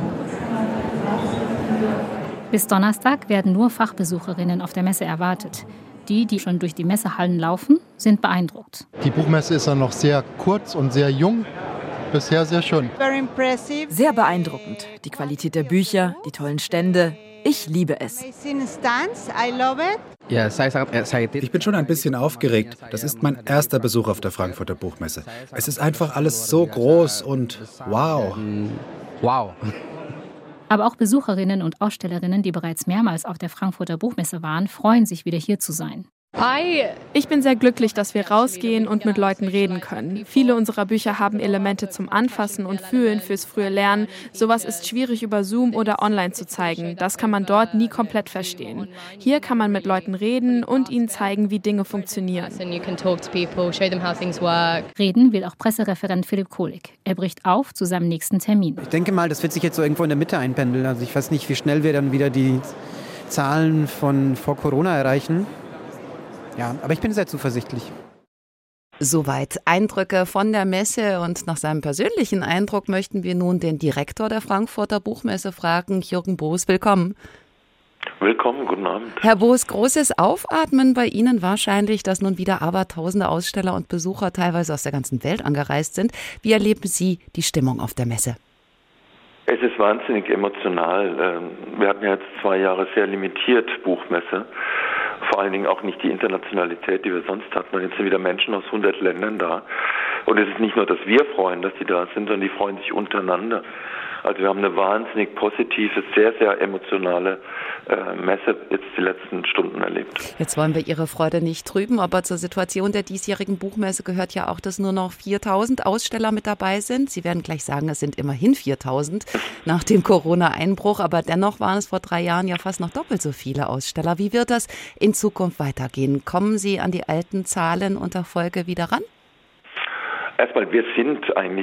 L: Bis Donnerstag werden nur Fachbesucherinnen auf der Messe erwartet. Die schon durch die Messehallen laufen, sind beeindruckt.
N: Die Buchmesse ist ja noch sehr kurz und sehr jung. Bisher sehr schön.
O: Sehr beeindruckend. Die Qualität der Bücher, die tollen Stände. Ich liebe es.
P: Ich bin schon ein bisschen aufgeregt. Das ist mein erster Besuch auf der Frankfurter Buchmesse. Es ist einfach alles so groß und wow.
O: Wow.
L: Aber auch Besucherinnen und Ausstellerinnen, die bereits mehrmals auf der Frankfurter Buchmesse waren, freuen sich, wieder hier zu sein.
Q: Ich bin sehr glücklich, dass wir rausgehen und mit Leuten reden können. Viele unserer Bücher haben Elemente zum Anfassen und Fühlen fürs frühe Lernen. Sowas ist schwierig über Zoom oder online zu zeigen. Das kann man dort nie komplett verstehen. Hier kann man mit Leuten reden und ihnen zeigen, wie Dinge funktionieren.
L: Reden will auch Pressereferent Philipp Kohlig. Er bricht auf zu seinem nächsten Termin.
M: Ich denke mal, das wird sich jetzt so irgendwo in der Mitte einpendeln. Also ich weiß nicht, wie schnell wir dann wieder die Zahlen von vor Corona erreichen. Ja, aber ich bin sehr zuversichtlich.
B: Soweit Eindrücke von der Messe, und nach seinem persönlichen Eindruck möchten wir nun den Direktor der Frankfurter Buchmesse fragen, Jürgen Boos. Willkommen.
R: Willkommen, guten Abend.
B: Herr Boos, großes Aufatmen bei Ihnen wahrscheinlich, dass nun wieder abertausende Aussteller und Besucher teilweise aus der ganzen Welt angereist sind. Wie erleben Sie die Stimmung auf der Messe?
R: Es ist wahnsinnig emotional. Wir hatten ja jetzt 2 Jahre sehr limitiert Buchmesse. Vor allen Dingen auch nicht die Internationalität, die wir sonst hatten. Und jetzt sind wieder Menschen aus 100 Ländern da. Und es ist nicht nur, dass wir freuen, dass die da sind, sondern die freuen sich untereinander. Also wir haben eine wahnsinnig positive, sehr, sehr emotionale Messe jetzt die letzten Stunden erlebt.
B: Jetzt wollen wir Ihre Freude nicht trüben, aber zur Situation der diesjährigen Buchmesse gehört ja auch, dass nur noch 4.000 Aussteller mit dabei sind. Sie werden gleich sagen, es sind immerhin 4.000 nach dem Corona-Einbruch, aber dennoch waren es vor 3 Jahren ja fast noch doppelt so viele Aussteller. Wie wird das in Zukunft weitergehen? Kommen Sie an die alten Zahlen und Erfolge wieder ran?
R: Erstmal, wir sind eigentlich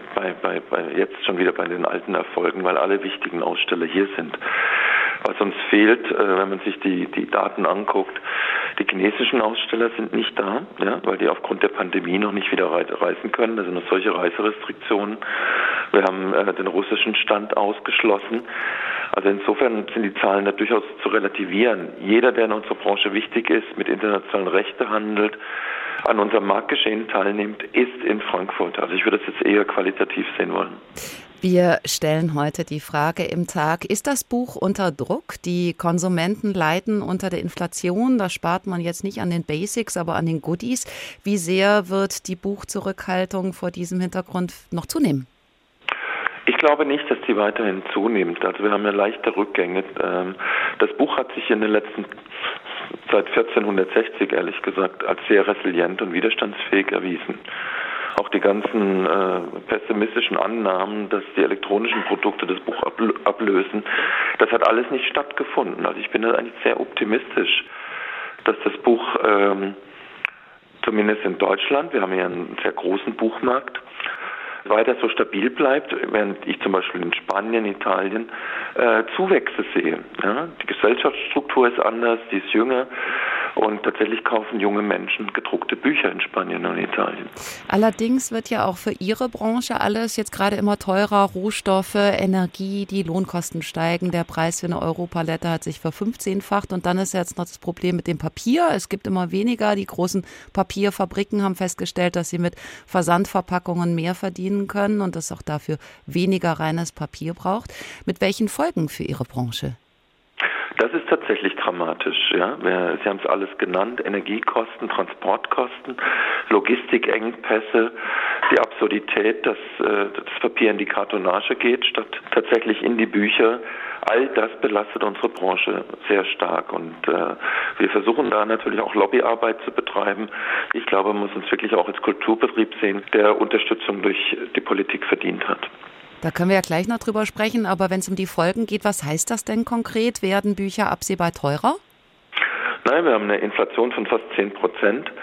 R: jetzt schon wieder bei den alten Erfolgen, weil alle wichtigen Aussteller hier sind. Was uns fehlt, wenn man sich die Daten anguckt, die chinesischen Aussteller sind nicht da, ja, weil die aufgrund der Pandemie noch nicht wieder reisen können. Da sind noch solche Reiserestriktionen. Wir haben den russischen Stand ausgeschlossen. Also insofern sind die Zahlen da durchaus zu relativieren. Jeder, der in unserer Branche wichtig ist, mit internationalen Rechten handelt, an unserem Marktgeschehen teilnimmt, ist in Frankfurt. Also ich würde das jetzt eher qualitativ sehen wollen.
B: Wir stellen heute die Frage im Tag, ist das Buch unter Druck? Die Konsumenten leiden unter der Inflation. Da spart man jetzt nicht an den Basics, aber an den Goodies. Wie sehr wird die Buchzurückhaltung vor diesem Hintergrund noch zunehmen?
R: Ich glaube nicht, dass die weiterhin zunimmt. Also wir haben ja leichte Rückgänge. Das Buch hat sich in den letzten seit 1460, ehrlich gesagt, als sehr resilient und widerstandsfähig erwiesen. Auch die ganzen pessimistischen Annahmen, dass die elektronischen Produkte das Buch ablösen, das hat alles nicht stattgefunden. Also ich bin da eigentlich sehr optimistisch, dass das Buch zumindest in Deutschland, wir haben ja einen sehr großen Buchmarkt, weiter so stabil bleibt, während ich zum Beispiel in Spanien, Italien Zuwächse sehe. Ja? Die Gesellschaftsstruktur ist anders, die ist jünger und tatsächlich kaufen junge Menschen gedruckte Bücher in Spanien und Italien.
B: Allerdings wird ja auch für Ihre Branche alles jetzt gerade immer teurer, Rohstoffe, Energie, die Lohnkosten steigen, der Preis für eine Europalette hat sich verfünfzehnfacht und dann ist jetzt noch das Problem mit dem Papier. Es gibt immer weniger, die großen Papierfabriken haben festgestellt, dass sie mit Versandverpackungen mehr verdienen können und es auch dafür weniger reines Papier braucht. Mit welchen Folgen für Ihre Branche?
R: Das ist tatsächlich dramatisch. Ja? Sie haben es alles genannt, Energiekosten, Transportkosten, Logistikengpässe, die Absurdität, dass das Papier in die Kartonage geht, statt tatsächlich in die Bücher. All das belastet unsere Branche sehr stark und wir versuchen da natürlich auch Lobbyarbeit zu betreiben. Ich glaube, man muss uns wirklich auch als Kulturbetrieb sehen, der Unterstützung durch die Politik verdient hat.
B: Da können wir ja gleich noch drüber sprechen, aber wenn es um die Folgen geht, was heißt das denn konkret? Werden Bücher absehbar teurer?
R: Nein, wir haben eine Inflation von fast 10%.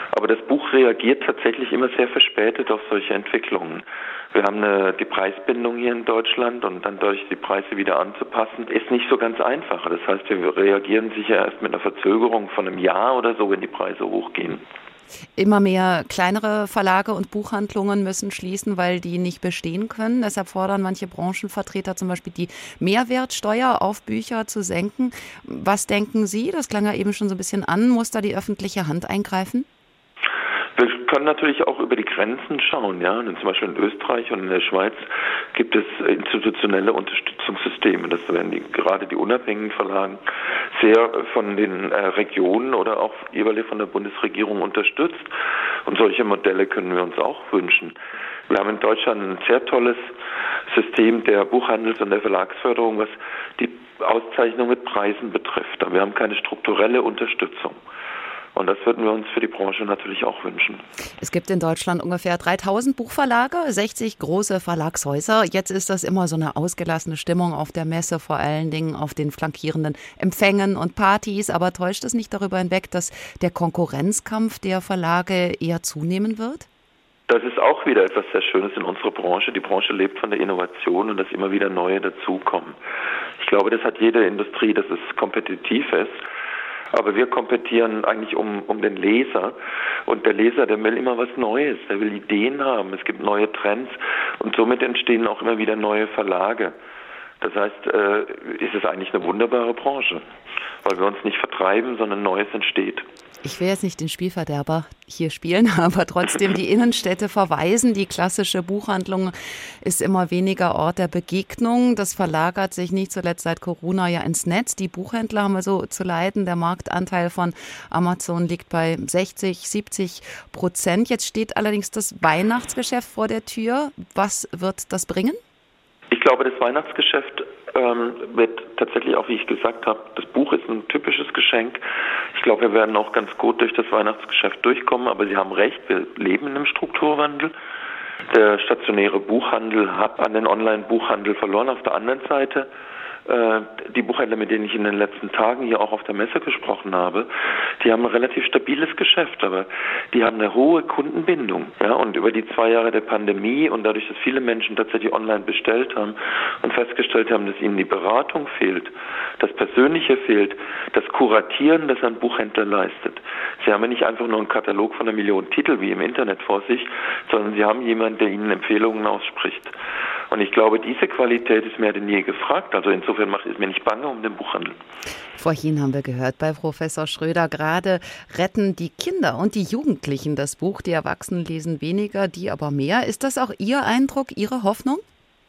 R: Aber das Buch reagiert tatsächlich immer sehr verspätet auf solche Entwicklungen. Wir haben die Preisbindung hier in Deutschland und dann dadurch die Preise wieder anzupassen, ist nicht so ganz einfach. Das heißt, wir reagieren sicher erst mit einer Verzögerung von einem Jahr oder so, wenn die Preise hochgehen.
B: Immer mehr kleinere Verlage und Buchhandlungen müssen schließen, weil die nicht bestehen können. Deshalb fordern manche Branchenvertreter zum Beispiel, die Mehrwertsteuer auf Bücher zu senken. Was denken Sie? Das klang ja eben schon so ein bisschen an. Muss da die öffentliche Hand eingreifen?
R: Wir können natürlich auch über die Grenzen schauen, ja. Und zum Beispiel in Österreich und in der Schweiz gibt es institutionelle Unterstützungssysteme. Das werden gerade die unabhängigen Verlage sehr von den Regionen oder auch jeweils von der Bundesregierung unterstützt. Und solche Modelle können wir uns auch wünschen. Wir haben in Deutschland ein sehr tolles System der Buchhandels- und der Verlagsförderung, was die Auszeichnung mit Preisen betrifft. Aber wir haben keine strukturelle Unterstützung. Und das würden wir uns für die Branche natürlich auch wünschen.
B: Es gibt in Deutschland ungefähr 3000 Buchverlage, 60 große Verlagshäuser. Jetzt ist das immer so eine ausgelassene Stimmung auf der Messe, vor allen Dingen auf den flankierenden Empfängen und Partys. Aber täuscht es nicht darüber hinweg, dass der Konkurrenzkampf der Verlage eher zunehmen wird?
R: Das ist auch wieder etwas sehr Schönes in unserer Branche. Die Branche lebt von der Innovation und dass immer wieder neue dazukommen. Ich glaube, das hat jede Industrie, dass es kompetitiv ist. Aber wir kompetieren eigentlich um den Leser. Und der Leser, der will immer was Neues, der will Ideen haben. Es gibt neue Trends und somit entstehen auch immer wieder neue Verlage. Das heißt, ist es eigentlich eine wunderbare Branche, weil wir uns nicht vertreiben, sondern Neues entsteht.
B: Ich will jetzt nicht den Spielverderber hier spielen, aber trotzdem die Innenstädte verweisen. Die klassische Buchhandlung ist immer weniger Ort der Begegnung. Das verlagert sich nicht zuletzt seit Corona ja ins Netz. Die Buchhändler haben also zu leiden. Der Marktanteil von Amazon liegt bei 60-70%. Jetzt steht allerdings das Weihnachtsgeschäft vor der Tür. Was wird das bringen?
R: Ich glaube, das Weihnachtsgeschäft wird tatsächlich auch, wie ich gesagt habe, das Buch ist ein typisches Geschenk. Ich glaube, wir werden auch ganz gut durch das Weihnachtsgeschäft durchkommen, aber Sie haben recht, wir leben in einem Strukturwandel. Der stationäre Buchhandel hat an den Online-Buchhandel verloren. Auf der anderen Seite die Buchhändler, mit denen ich in den letzten Tagen hier auch auf der Messe gesprochen habe, die haben ein relativ stabiles Geschäft, aber die haben eine hohe Kundenbindung. Ja, und über die 2 Jahre der Pandemie und dadurch, dass viele Menschen tatsächlich online bestellt haben und festgestellt haben, dass ihnen die Beratung fehlt, das Persönliche fehlt, das Kuratieren, das ein Buchhändler leistet. Sie haben ja nicht einfach nur einen Katalog von 1 Million Titel wie im Internet vor sich, sondern sie haben jemanden, der ihnen Empfehlungen ausspricht. Und ich glaube, diese Qualität ist mehr denn je gefragt. Also insofern macht es mir nicht bange um den Buchhandel.
B: Vorhin haben wir gehört bei Professor Schröder, gerade retten die Kinder und die Jugendlichen das Buch. Die Erwachsenen lesen weniger, die aber mehr. Ist das auch Ihr Eindruck, Ihre Hoffnung?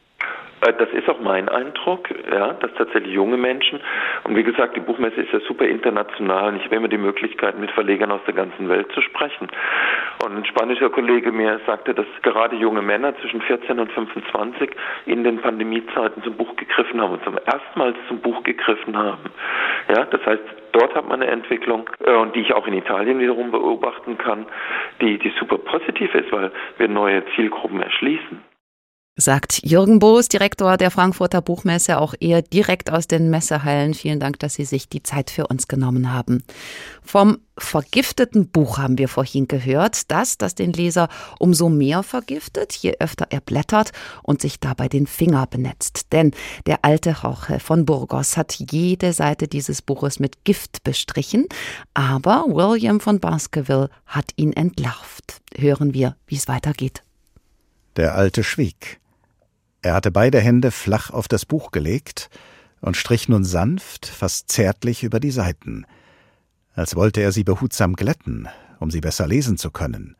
R: Das ist auch mein Eindruck, ja, dass tatsächlich junge Menschen, und wie gesagt, die Buchmesse ist ja super international und ich habe immer die Möglichkeit, mit Verlegern aus der ganzen Welt zu sprechen. Und ein spanischer Kollege mir sagte, dass gerade junge Männer zwischen 14 und 25 in den Pandemiezeiten zum Buch gegriffen haben und zum ersten Mal zum Buch gegriffen haben. Ja, das heißt, dort hat man eine Entwicklung, und die ich auch in Italien wiederum beobachten kann, die super positiv ist, weil wir neue Zielgruppen erschließen.
B: Sagt Jürgen Boos, Direktor der Frankfurter Buchmesse, auch eher direkt aus den Messehallen. Vielen Dank, dass Sie sich die Zeit für uns genommen haben. Vom vergifteten Buch haben wir vorhin gehört, das den Leser umso mehr vergiftet, je öfter er blättert und sich dabei den Finger benetzt. Denn der alte Jorge von Burgos hat jede Seite dieses Buches mit Gift bestrichen, aber William von Baskerville hat ihn entlarvt. Hören wir, wie es weitergeht.
E: Der Alte schwieg. Er hatte beide Hände flach auf das Buch gelegt und strich nun sanft, fast zärtlich über die Seiten, als wollte er sie behutsam glätten, um sie besser lesen zu können.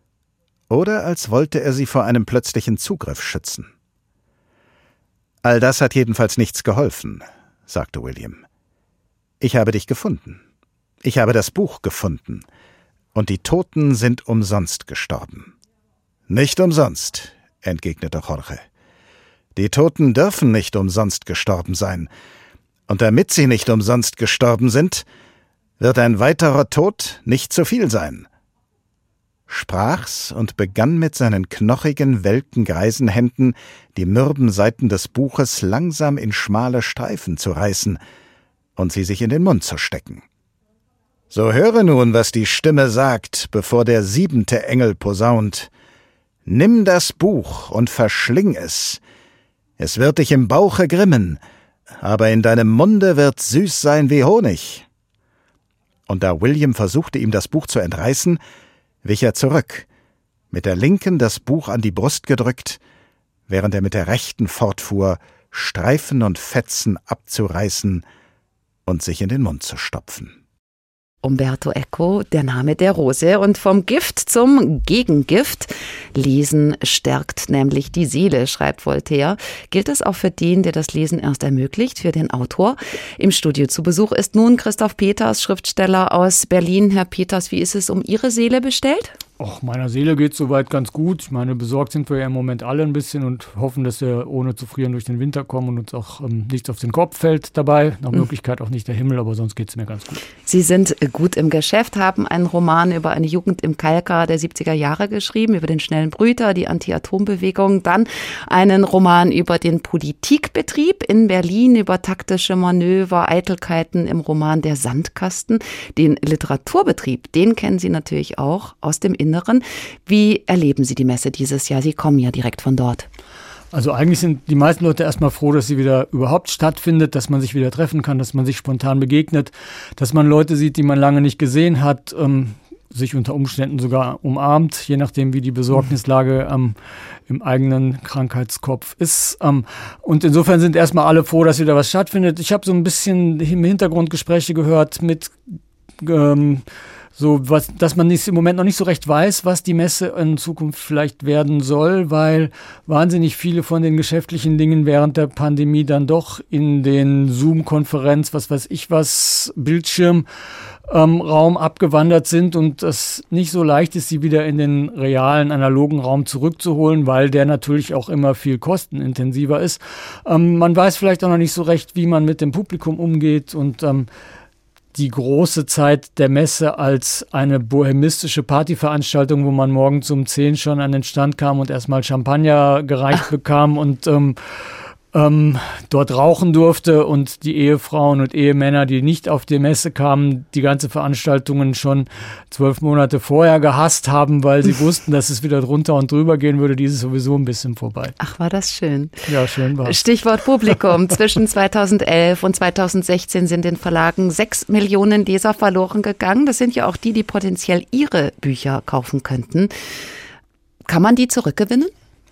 E: Oder als wollte er sie vor einem plötzlichen Zugriff schützen. »All das hat jedenfalls nichts geholfen«, sagte William. »Ich habe dich gefunden. Ich habe das Buch gefunden. Und die Toten sind umsonst gestorben.« »Nicht umsonst«, entgegnete Jorge. »Die Toten dürfen nicht umsonst gestorben sein. Und damit sie nicht umsonst gestorben sind, wird ein weiterer Tod nicht zu viel sein.« Sprach's und begann mit seinen knochigen, welken Greisenhänden die mürben Seiten des Buches langsam in schmale Streifen zu reißen und sie sich in den Mund zu stecken. So höre nun, was die Stimme sagt, bevor der 7. Engel posaunt. Nimm das Buch und verschling es. Es wird dich im Bauche grimmen, aber in deinem Munde wird's süß sein wie Honig. Und da William versuchte, ihm das Buch zu entreißen, wich er zurück, mit der linken das Buch an die Brust gedrückt, während er mit der rechten fortfuhr, Streifen und Fetzen abzureißen und sich in den Mund zu stopfen.
B: Umberto Eco, Der Name der Rose. Und vom Gift zum Gegengift. Lesen stärkt nämlich die Seele, schreibt Voltaire. Gilt es auch für den, der das Lesen erst ermöglicht, für den Autor? Im Studio zu Besuch ist nun Christoph Peters, Schriftsteller aus Berlin. Herr Peters, wie ist es um Ihre Seele bestellt?
S: Och, meiner Seele geht es soweit ganz gut. Ich meine, besorgt sind wir ja im Moment alle ein bisschen und hoffen, dass wir ohne zu frieren durch den Winter kommen und uns auch nichts auf den Kopf fällt dabei. Nach Möglichkeit auch nicht der Himmel, aber sonst geht es mir ganz gut.
B: Sie sind gut im Geschäft, haben einen Roman über eine Jugend im Kalka der 70er Jahre geschrieben, über den schnellen Brüter, die Anti-Atom-Bewegung. Dann einen Roman über den Politikbetrieb in Berlin, über taktische Manöver, Eitelkeiten im Roman Der Sandkasten. Den Literaturbetrieb, den kennen Sie natürlich auch aus dem Inneren. Wie erleben Sie die Messe dieses Jahr? Sie kommen ja direkt von dort.
S: Also eigentlich sind die meisten Leute erstmal froh, dass sie wieder überhaupt stattfindet, dass man sich wieder treffen kann, dass man sich spontan begegnet, dass man Leute sieht, die man lange nicht gesehen hat, sich unter Umständen sogar umarmt, je nachdem, wie die Besorgnislage im eigenen Krankheitskopf ist. Und insofern sind erstmal alle froh, dass wieder was stattfindet. Ich habe so ein bisschen im Hintergrund Gespräche gehört mit dass man im Moment noch nicht so recht weiß, was die Messe in Zukunft vielleicht werden soll, weil wahnsinnig viele von den geschäftlichen Dingen während der Pandemie dann doch in den Zoom-Konferenz, Bildschirmraum abgewandert sind und es nicht so leicht ist, sie wieder in den realen, analogen Raum zurückzuholen, weil der natürlich auch immer viel kostenintensiver ist. Man weiß vielleicht auch noch nicht so recht, wie man mit dem Publikum umgeht und die große Zeit der Messe als eine bohemistische Partyveranstaltung, wo man morgens um 10 schon an den Stand kam und erstmal Champagner gereicht bekam und dort rauchen durfte und die Ehefrauen und Ehemänner, die nicht auf die Messe kamen, die ganze Veranstaltungen schon 12 Monate vorher gehasst haben, weil sie wussten, dass es wieder drunter und drüber gehen würde. Die ist sowieso ein bisschen vorbei.
B: Ach, war das schön.
S: Ja, schön war es.
B: Stichwort Publikum. Zwischen 2011 und 2016 sind den Verlagen 6 Millionen Leser verloren gegangen. Das sind ja auch die potenziell ihre Bücher kaufen könnten. Kann man die zurückgewinnen?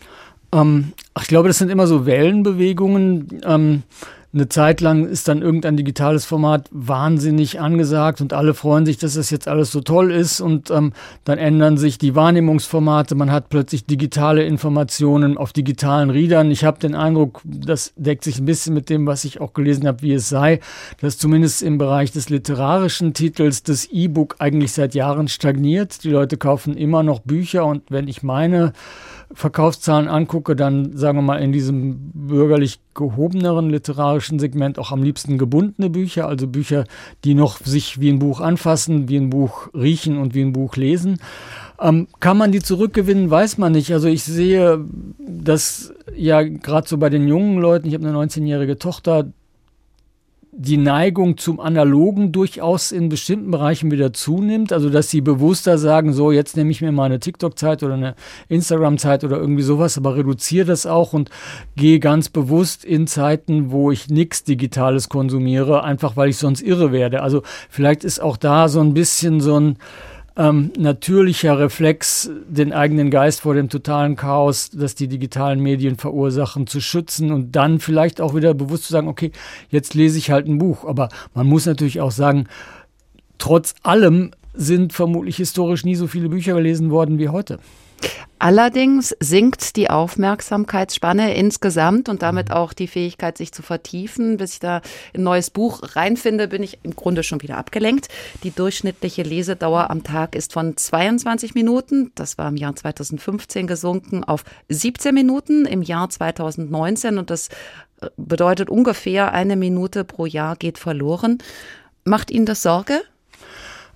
S: Ich glaube, das sind immer so Wellenbewegungen. Eine Zeit lang ist dann irgendein digitales Format wahnsinnig angesagt und alle freuen sich, dass das jetzt alles so toll ist und dann ändern sich die Wahrnehmungsformate. Man hat plötzlich digitale Informationen auf digitalen Readern. Ich habe den Eindruck, das deckt sich ein bisschen mit dem, was ich auch gelesen habe, wie es sei, dass zumindest im Bereich des literarischen Titels das E-Book eigentlich seit Jahren stagniert. Die Leute kaufen immer noch Bücher und wenn ich meine Verkaufszahlen angucke, dann sagen wir mal in diesem bürgerlich gehobeneren literarischen Segment auch am liebsten gebundene Bücher, also Bücher, die noch sich wie ein Buch anfassen, wie ein Buch riechen und wie ein Buch lesen. Kann man die zurückgewinnen, weiß man nicht. Also ich sehe, dass ja gerade so bei den jungen Leuten, ich habe eine 19-jährige Tochter, die Neigung zum Analogen durchaus in bestimmten Bereichen wieder zunimmt. Also, dass sie bewusster sagen, so, jetzt nehme ich mir mal eine TikTok-Zeit oder eine Instagram-Zeit oder irgendwie sowas, aber reduziere das auch und gehe ganz bewusst in Zeiten, wo ich nichts Digitales konsumiere, einfach weil ich sonst irre werde. Also, vielleicht ist auch da so ein bisschen so ein natürlicher Reflex, den eigenen Geist vor dem totalen Chaos, das die digitalen Medien verursachen, zu schützen und dann vielleicht auch wieder bewusst zu sagen, okay, jetzt lese ich halt ein Buch. Aber man muss natürlich auch sagen, trotz allem sind vermutlich historisch nie so viele Bücher gelesen worden wie heute.
B: Allerdings sinkt die Aufmerksamkeitsspanne insgesamt und damit auch die Fähigkeit, sich zu vertiefen. Bis ich da ein neues Buch reinfinde, bin ich im Grunde schon wieder abgelenkt. Die durchschnittliche Lesedauer am Tag ist von 22 Minuten, das war im Jahr 2015 gesunken, auf 17 Minuten im Jahr 2019 und das bedeutet ungefähr 1 Minute pro Jahr geht verloren. Macht Ihnen das Sorge?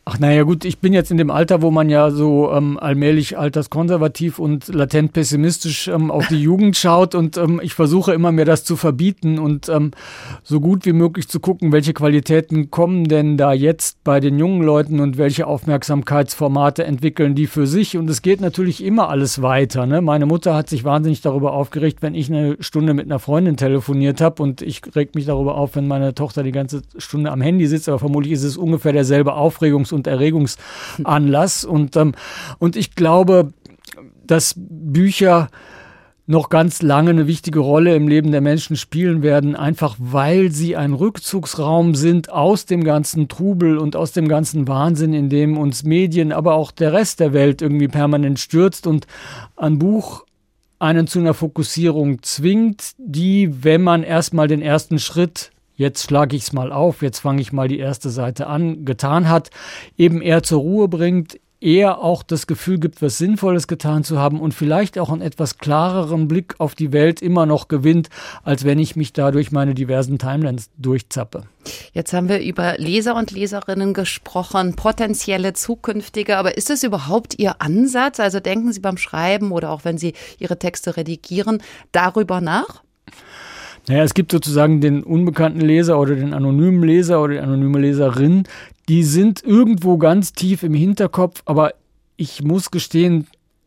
S: Ach naja gut, ich bin jetzt in dem Alter, wo man ja so allmählich alterskonservativ und latent pessimistisch auf die Jugend schaut und ich versuche immer mir das zu verbieten und so gut wie möglich zu gucken, welche Qualitäten kommen denn da jetzt bei den jungen Leuten und welche Aufmerksamkeitsformate entwickeln die für sich, und es geht natürlich immer alles weiter. Ne? Meine Mutter hat sich wahnsinnig darüber aufgeregt, wenn ich eine Stunde mit einer Freundin telefoniert habe, und ich reg mich darüber auf, wenn meine Tochter die ganze Stunde am Handy sitzt, aber vermutlich ist es ungefähr derselbe Aufregungs- und Erregungsanlass. Und ich glaube, dass Bücher noch ganz lange eine wichtige Rolle im Leben der Menschen spielen werden, einfach weil sie ein Rückzugsraum sind aus dem ganzen Trubel und aus dem ganzen Wahnsinn, in dem uns Medien, aber auch der Rest der Welt irgendwie permanent stürzt, und ein Buch einen zu einer Fokussierung zwingt, die, wenn man erstmal den ersten Schritt, jetzt schlage ich es mal auf, jetzt fange ich mal die erste Seite an, getan hat, eben eher zur Ruhe bringt, eher auch das Gefühl gibt, was Sinnvolles getan zu haben und vielleicht auch einen etwas klareren Blick auf die Welt immer noch gewinnt, als wenn ich mich da durch meine diversen Timelines durchzappe.
B: Jetzt haben wir über Leser und Leserinnen gesprochen, potenzielle zukünftige, aber ist es überhaupt Ihr Ansatz? Also denken Sie beim Schreiben oder auch wenn Sie Ihre Texte redigieren, darüber nach?
S: Naja, es gibt sozusagen den unbekannten Leser oder den anonymen Leser oder die anonyme Leserin. Die sind irgendwo ganz tief im Hinterkopf, aber ich muss gestehen,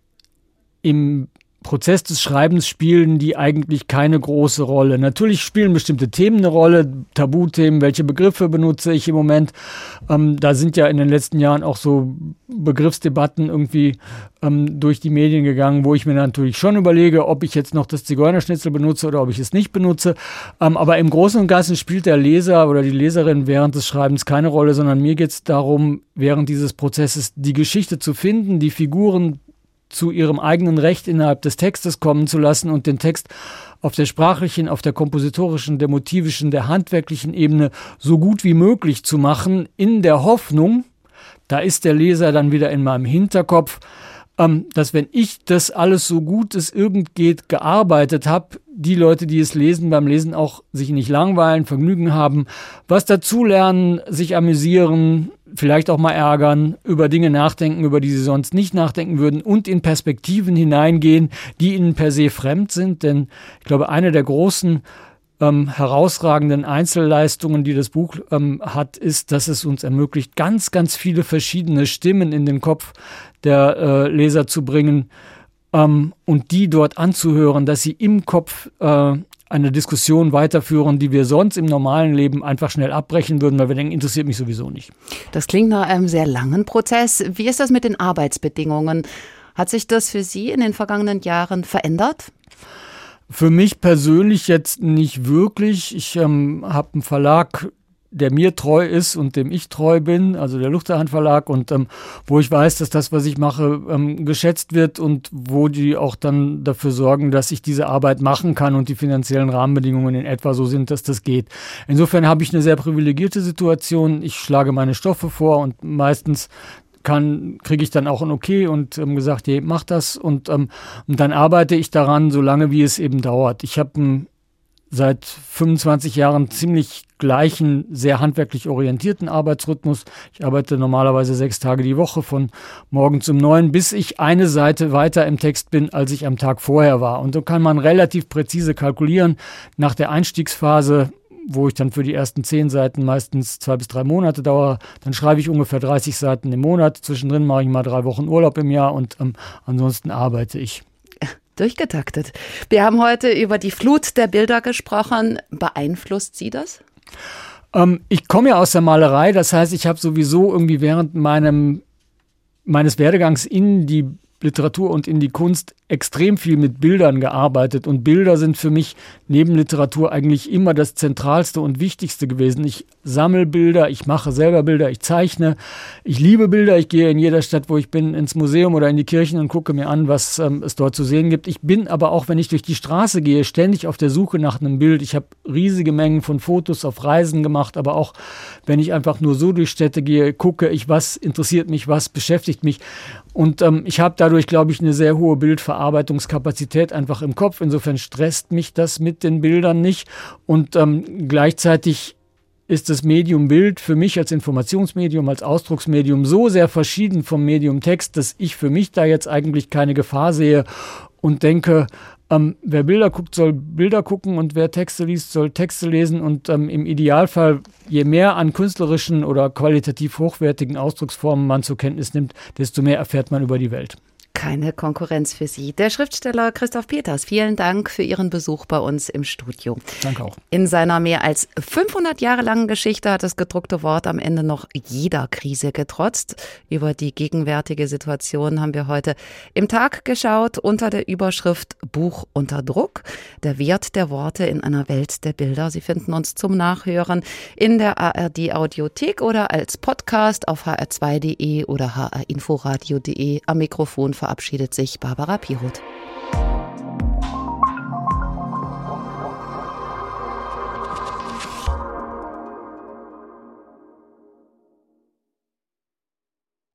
S: im Prozess des Schreibens spielen die eigentlich keine große Rolle. Natürlich spielen bestimmte Themen eine Rolle, Tabuthemen, welche Begriffe benutze ich im Moment. Da sind ja in den letzten Jahren auch so Begriffsdebatten irgendwie durch die Medien gegangen, wo ich mir natürlich schon überlege, ob ich jetzt noch das Zigeunerschnitzel benutze oder ob ich es nicht benutze. Aber im Großen und Ganzen spielt der Leser oder die Leserin während des Schreibens keine Rolle, sondern mir geht es darum, während dieses Prozesses die Geschichte zu finden, die Figuren zu ihrem eigenen Recht innerhalb des Textes kommen zu lassen und den Text auf der sprachlichen, auf der kompositorischen, der motivischen, der handwerklichen Ebene so gut wie möglich zu machen, in der Hoffnung, da ist der Leser dann wieder in meinem Hinterkopf, dass wenn ich das alles so gut es irgend geht gearbeitet habe, die Leute, die es lesen, beim Lesen auch sich nicht langweilen, Vergnügen haben, was dazulernen, sich amüsieren, vielleicht auch mal ärgern, über Dinge nachdenken, über die sie sonst nicht nachdenken würden und in Perspektiven hineingehen, die ihnen per se fremd sind. Denn ich glaube, eine der großen herausragenden Einzelleistungen, die das Buch hat, ist, dass es uns ermöglicht, ganz, ganz viele verschiedene Stimmen in den Kopf der Leser zu bringen und die dort anzuhören, dass sie im Kopf eine Diskussion weiterführen, die wir sonst im normalen Leben einfach schnell abbrechen würden, weil wir denken, interessiert mich sowieso nicht.
B: Das klingt nach einem sehr langen Prozess. Wie ist das mit den Arbeitsbedingungen? Hat sich das für Sie in den vergangenen Jahren verändert?
S: Für mich persönlich jetzt nicht wirklich. Ich habe einen Verlag, der mir treu ist und dem ich treu bin, also der Luchterhand Verlag, und wo ich weiß, dass das, was ich mache, geschätzt wird und wo die auch dann dafür sorgen, dass ich diese Arbeit machen kann und die finanziellen Rahmenbedingungen in etwa so sind, dass das geht. Insofern habe ich eine sehr privilegierte Situation. Ich schlage meine Stoffe vor und meistens kriege ich dann auch ein Okay und gesagt, hey, mach das, und dann arbeite ich daran, solange wie es eben dauert. Ich habe seit 25 Jahren ziemlich gleichen, sehr handwerklich orientierten Arbeitsrhythmus. Ich arbeite normalerweise 6 Tage die Woche von morgens um 9, bis ich eine Seite weiter im Text bin, als ich am Tag vorher war. Und so kann man relativ präzise kalkulieren. Nach der Einstiegsphase, wo ich dann für die ersten 10 Seiten meistens 2 bis 3 Monate dauere, dann schreibe ich ungefähr 30 Seiten im Monat. Zwischendrin mache ich mal 3 Wochen Urlaub im Jahr und ansonsten arbeite ich.
B: Durchgetaktet. Wir haben heute über die Flut der Bilder gesprochen. Beeinflusst Sie das?
S: Ich komme ja aus der Malerei, das heißt, ich habe sowieso irgendwie während meines Werdegangs in die Literatur und in die Kunst extrem viel mit Bildern gearbeitet, und Bilder sind für mich neben Literatur eigentlich immer das Zentralste und Wichtigste gewesen. Ich sammle Bilder, ich mache selber Bilder, ich zeichne, ich liebe Bilder, ich gehe in jeder Stadt, wo ich bin, ins Museum oder in die Kirchen und gucke mir an, was es dort zu sehen gibt. Ich bin aber auch, wenn ich durch die Straße gehe, ständig auf der Suche nach einem Bild. Ich habe riesige Mengen von Fotos auf Reisen gemacht, aber auch, wenn ich einfach nur so durch Städte gehe, gucke ich, was interessiert mich, was beschäftigt mich. Und ich habe dadurch, glaube ich, eine sehr hohe Bildverarbeitungskapazität einfach im Kopf. Insofern stresst mich das mit den Bildern nicht. Und gleichzeitig ist das Medium Bild für mich als Informationsmedium, als Ausdrucksmedium so sehr verschieden vom Medium Text, dass ich für mich da jetzt eigentlich keine Gefahr sehe und denke, wer Bilder guckt, soll Bilder gucken und wer Texte liest, soll Texte lesen und im Idealfall, je mehr an künstlerischen oder qualitativ hochwertigen Ausdrucksformen man zur Kenntnis nimmt, desto mehr erfährt man über die Welt.
B: Keine Konkurrenz für Sie. Der Schriftsteller Christoph Peters, vielen Dank für Ihren Besuch bei uns im Studio.
S: Danke auch.
B: In seiner mehr als 500 Jahre langen Geschichte hat das gedruckte Wort am Ende noch jeder Krise getrotzt. Über die gegenwärtige Situation haben wir heute im Tag geschaut unter der Überschrift Buch unter Druck. Der Wert der Worte in einer Welt der Bilder. Sie finden uns zum Nachhören in der ARD-Audiothek oder als Podcast auf hr2.de oder hrinforadio.de. Am Mikrofon verabschiedet sich Barbara Piroth.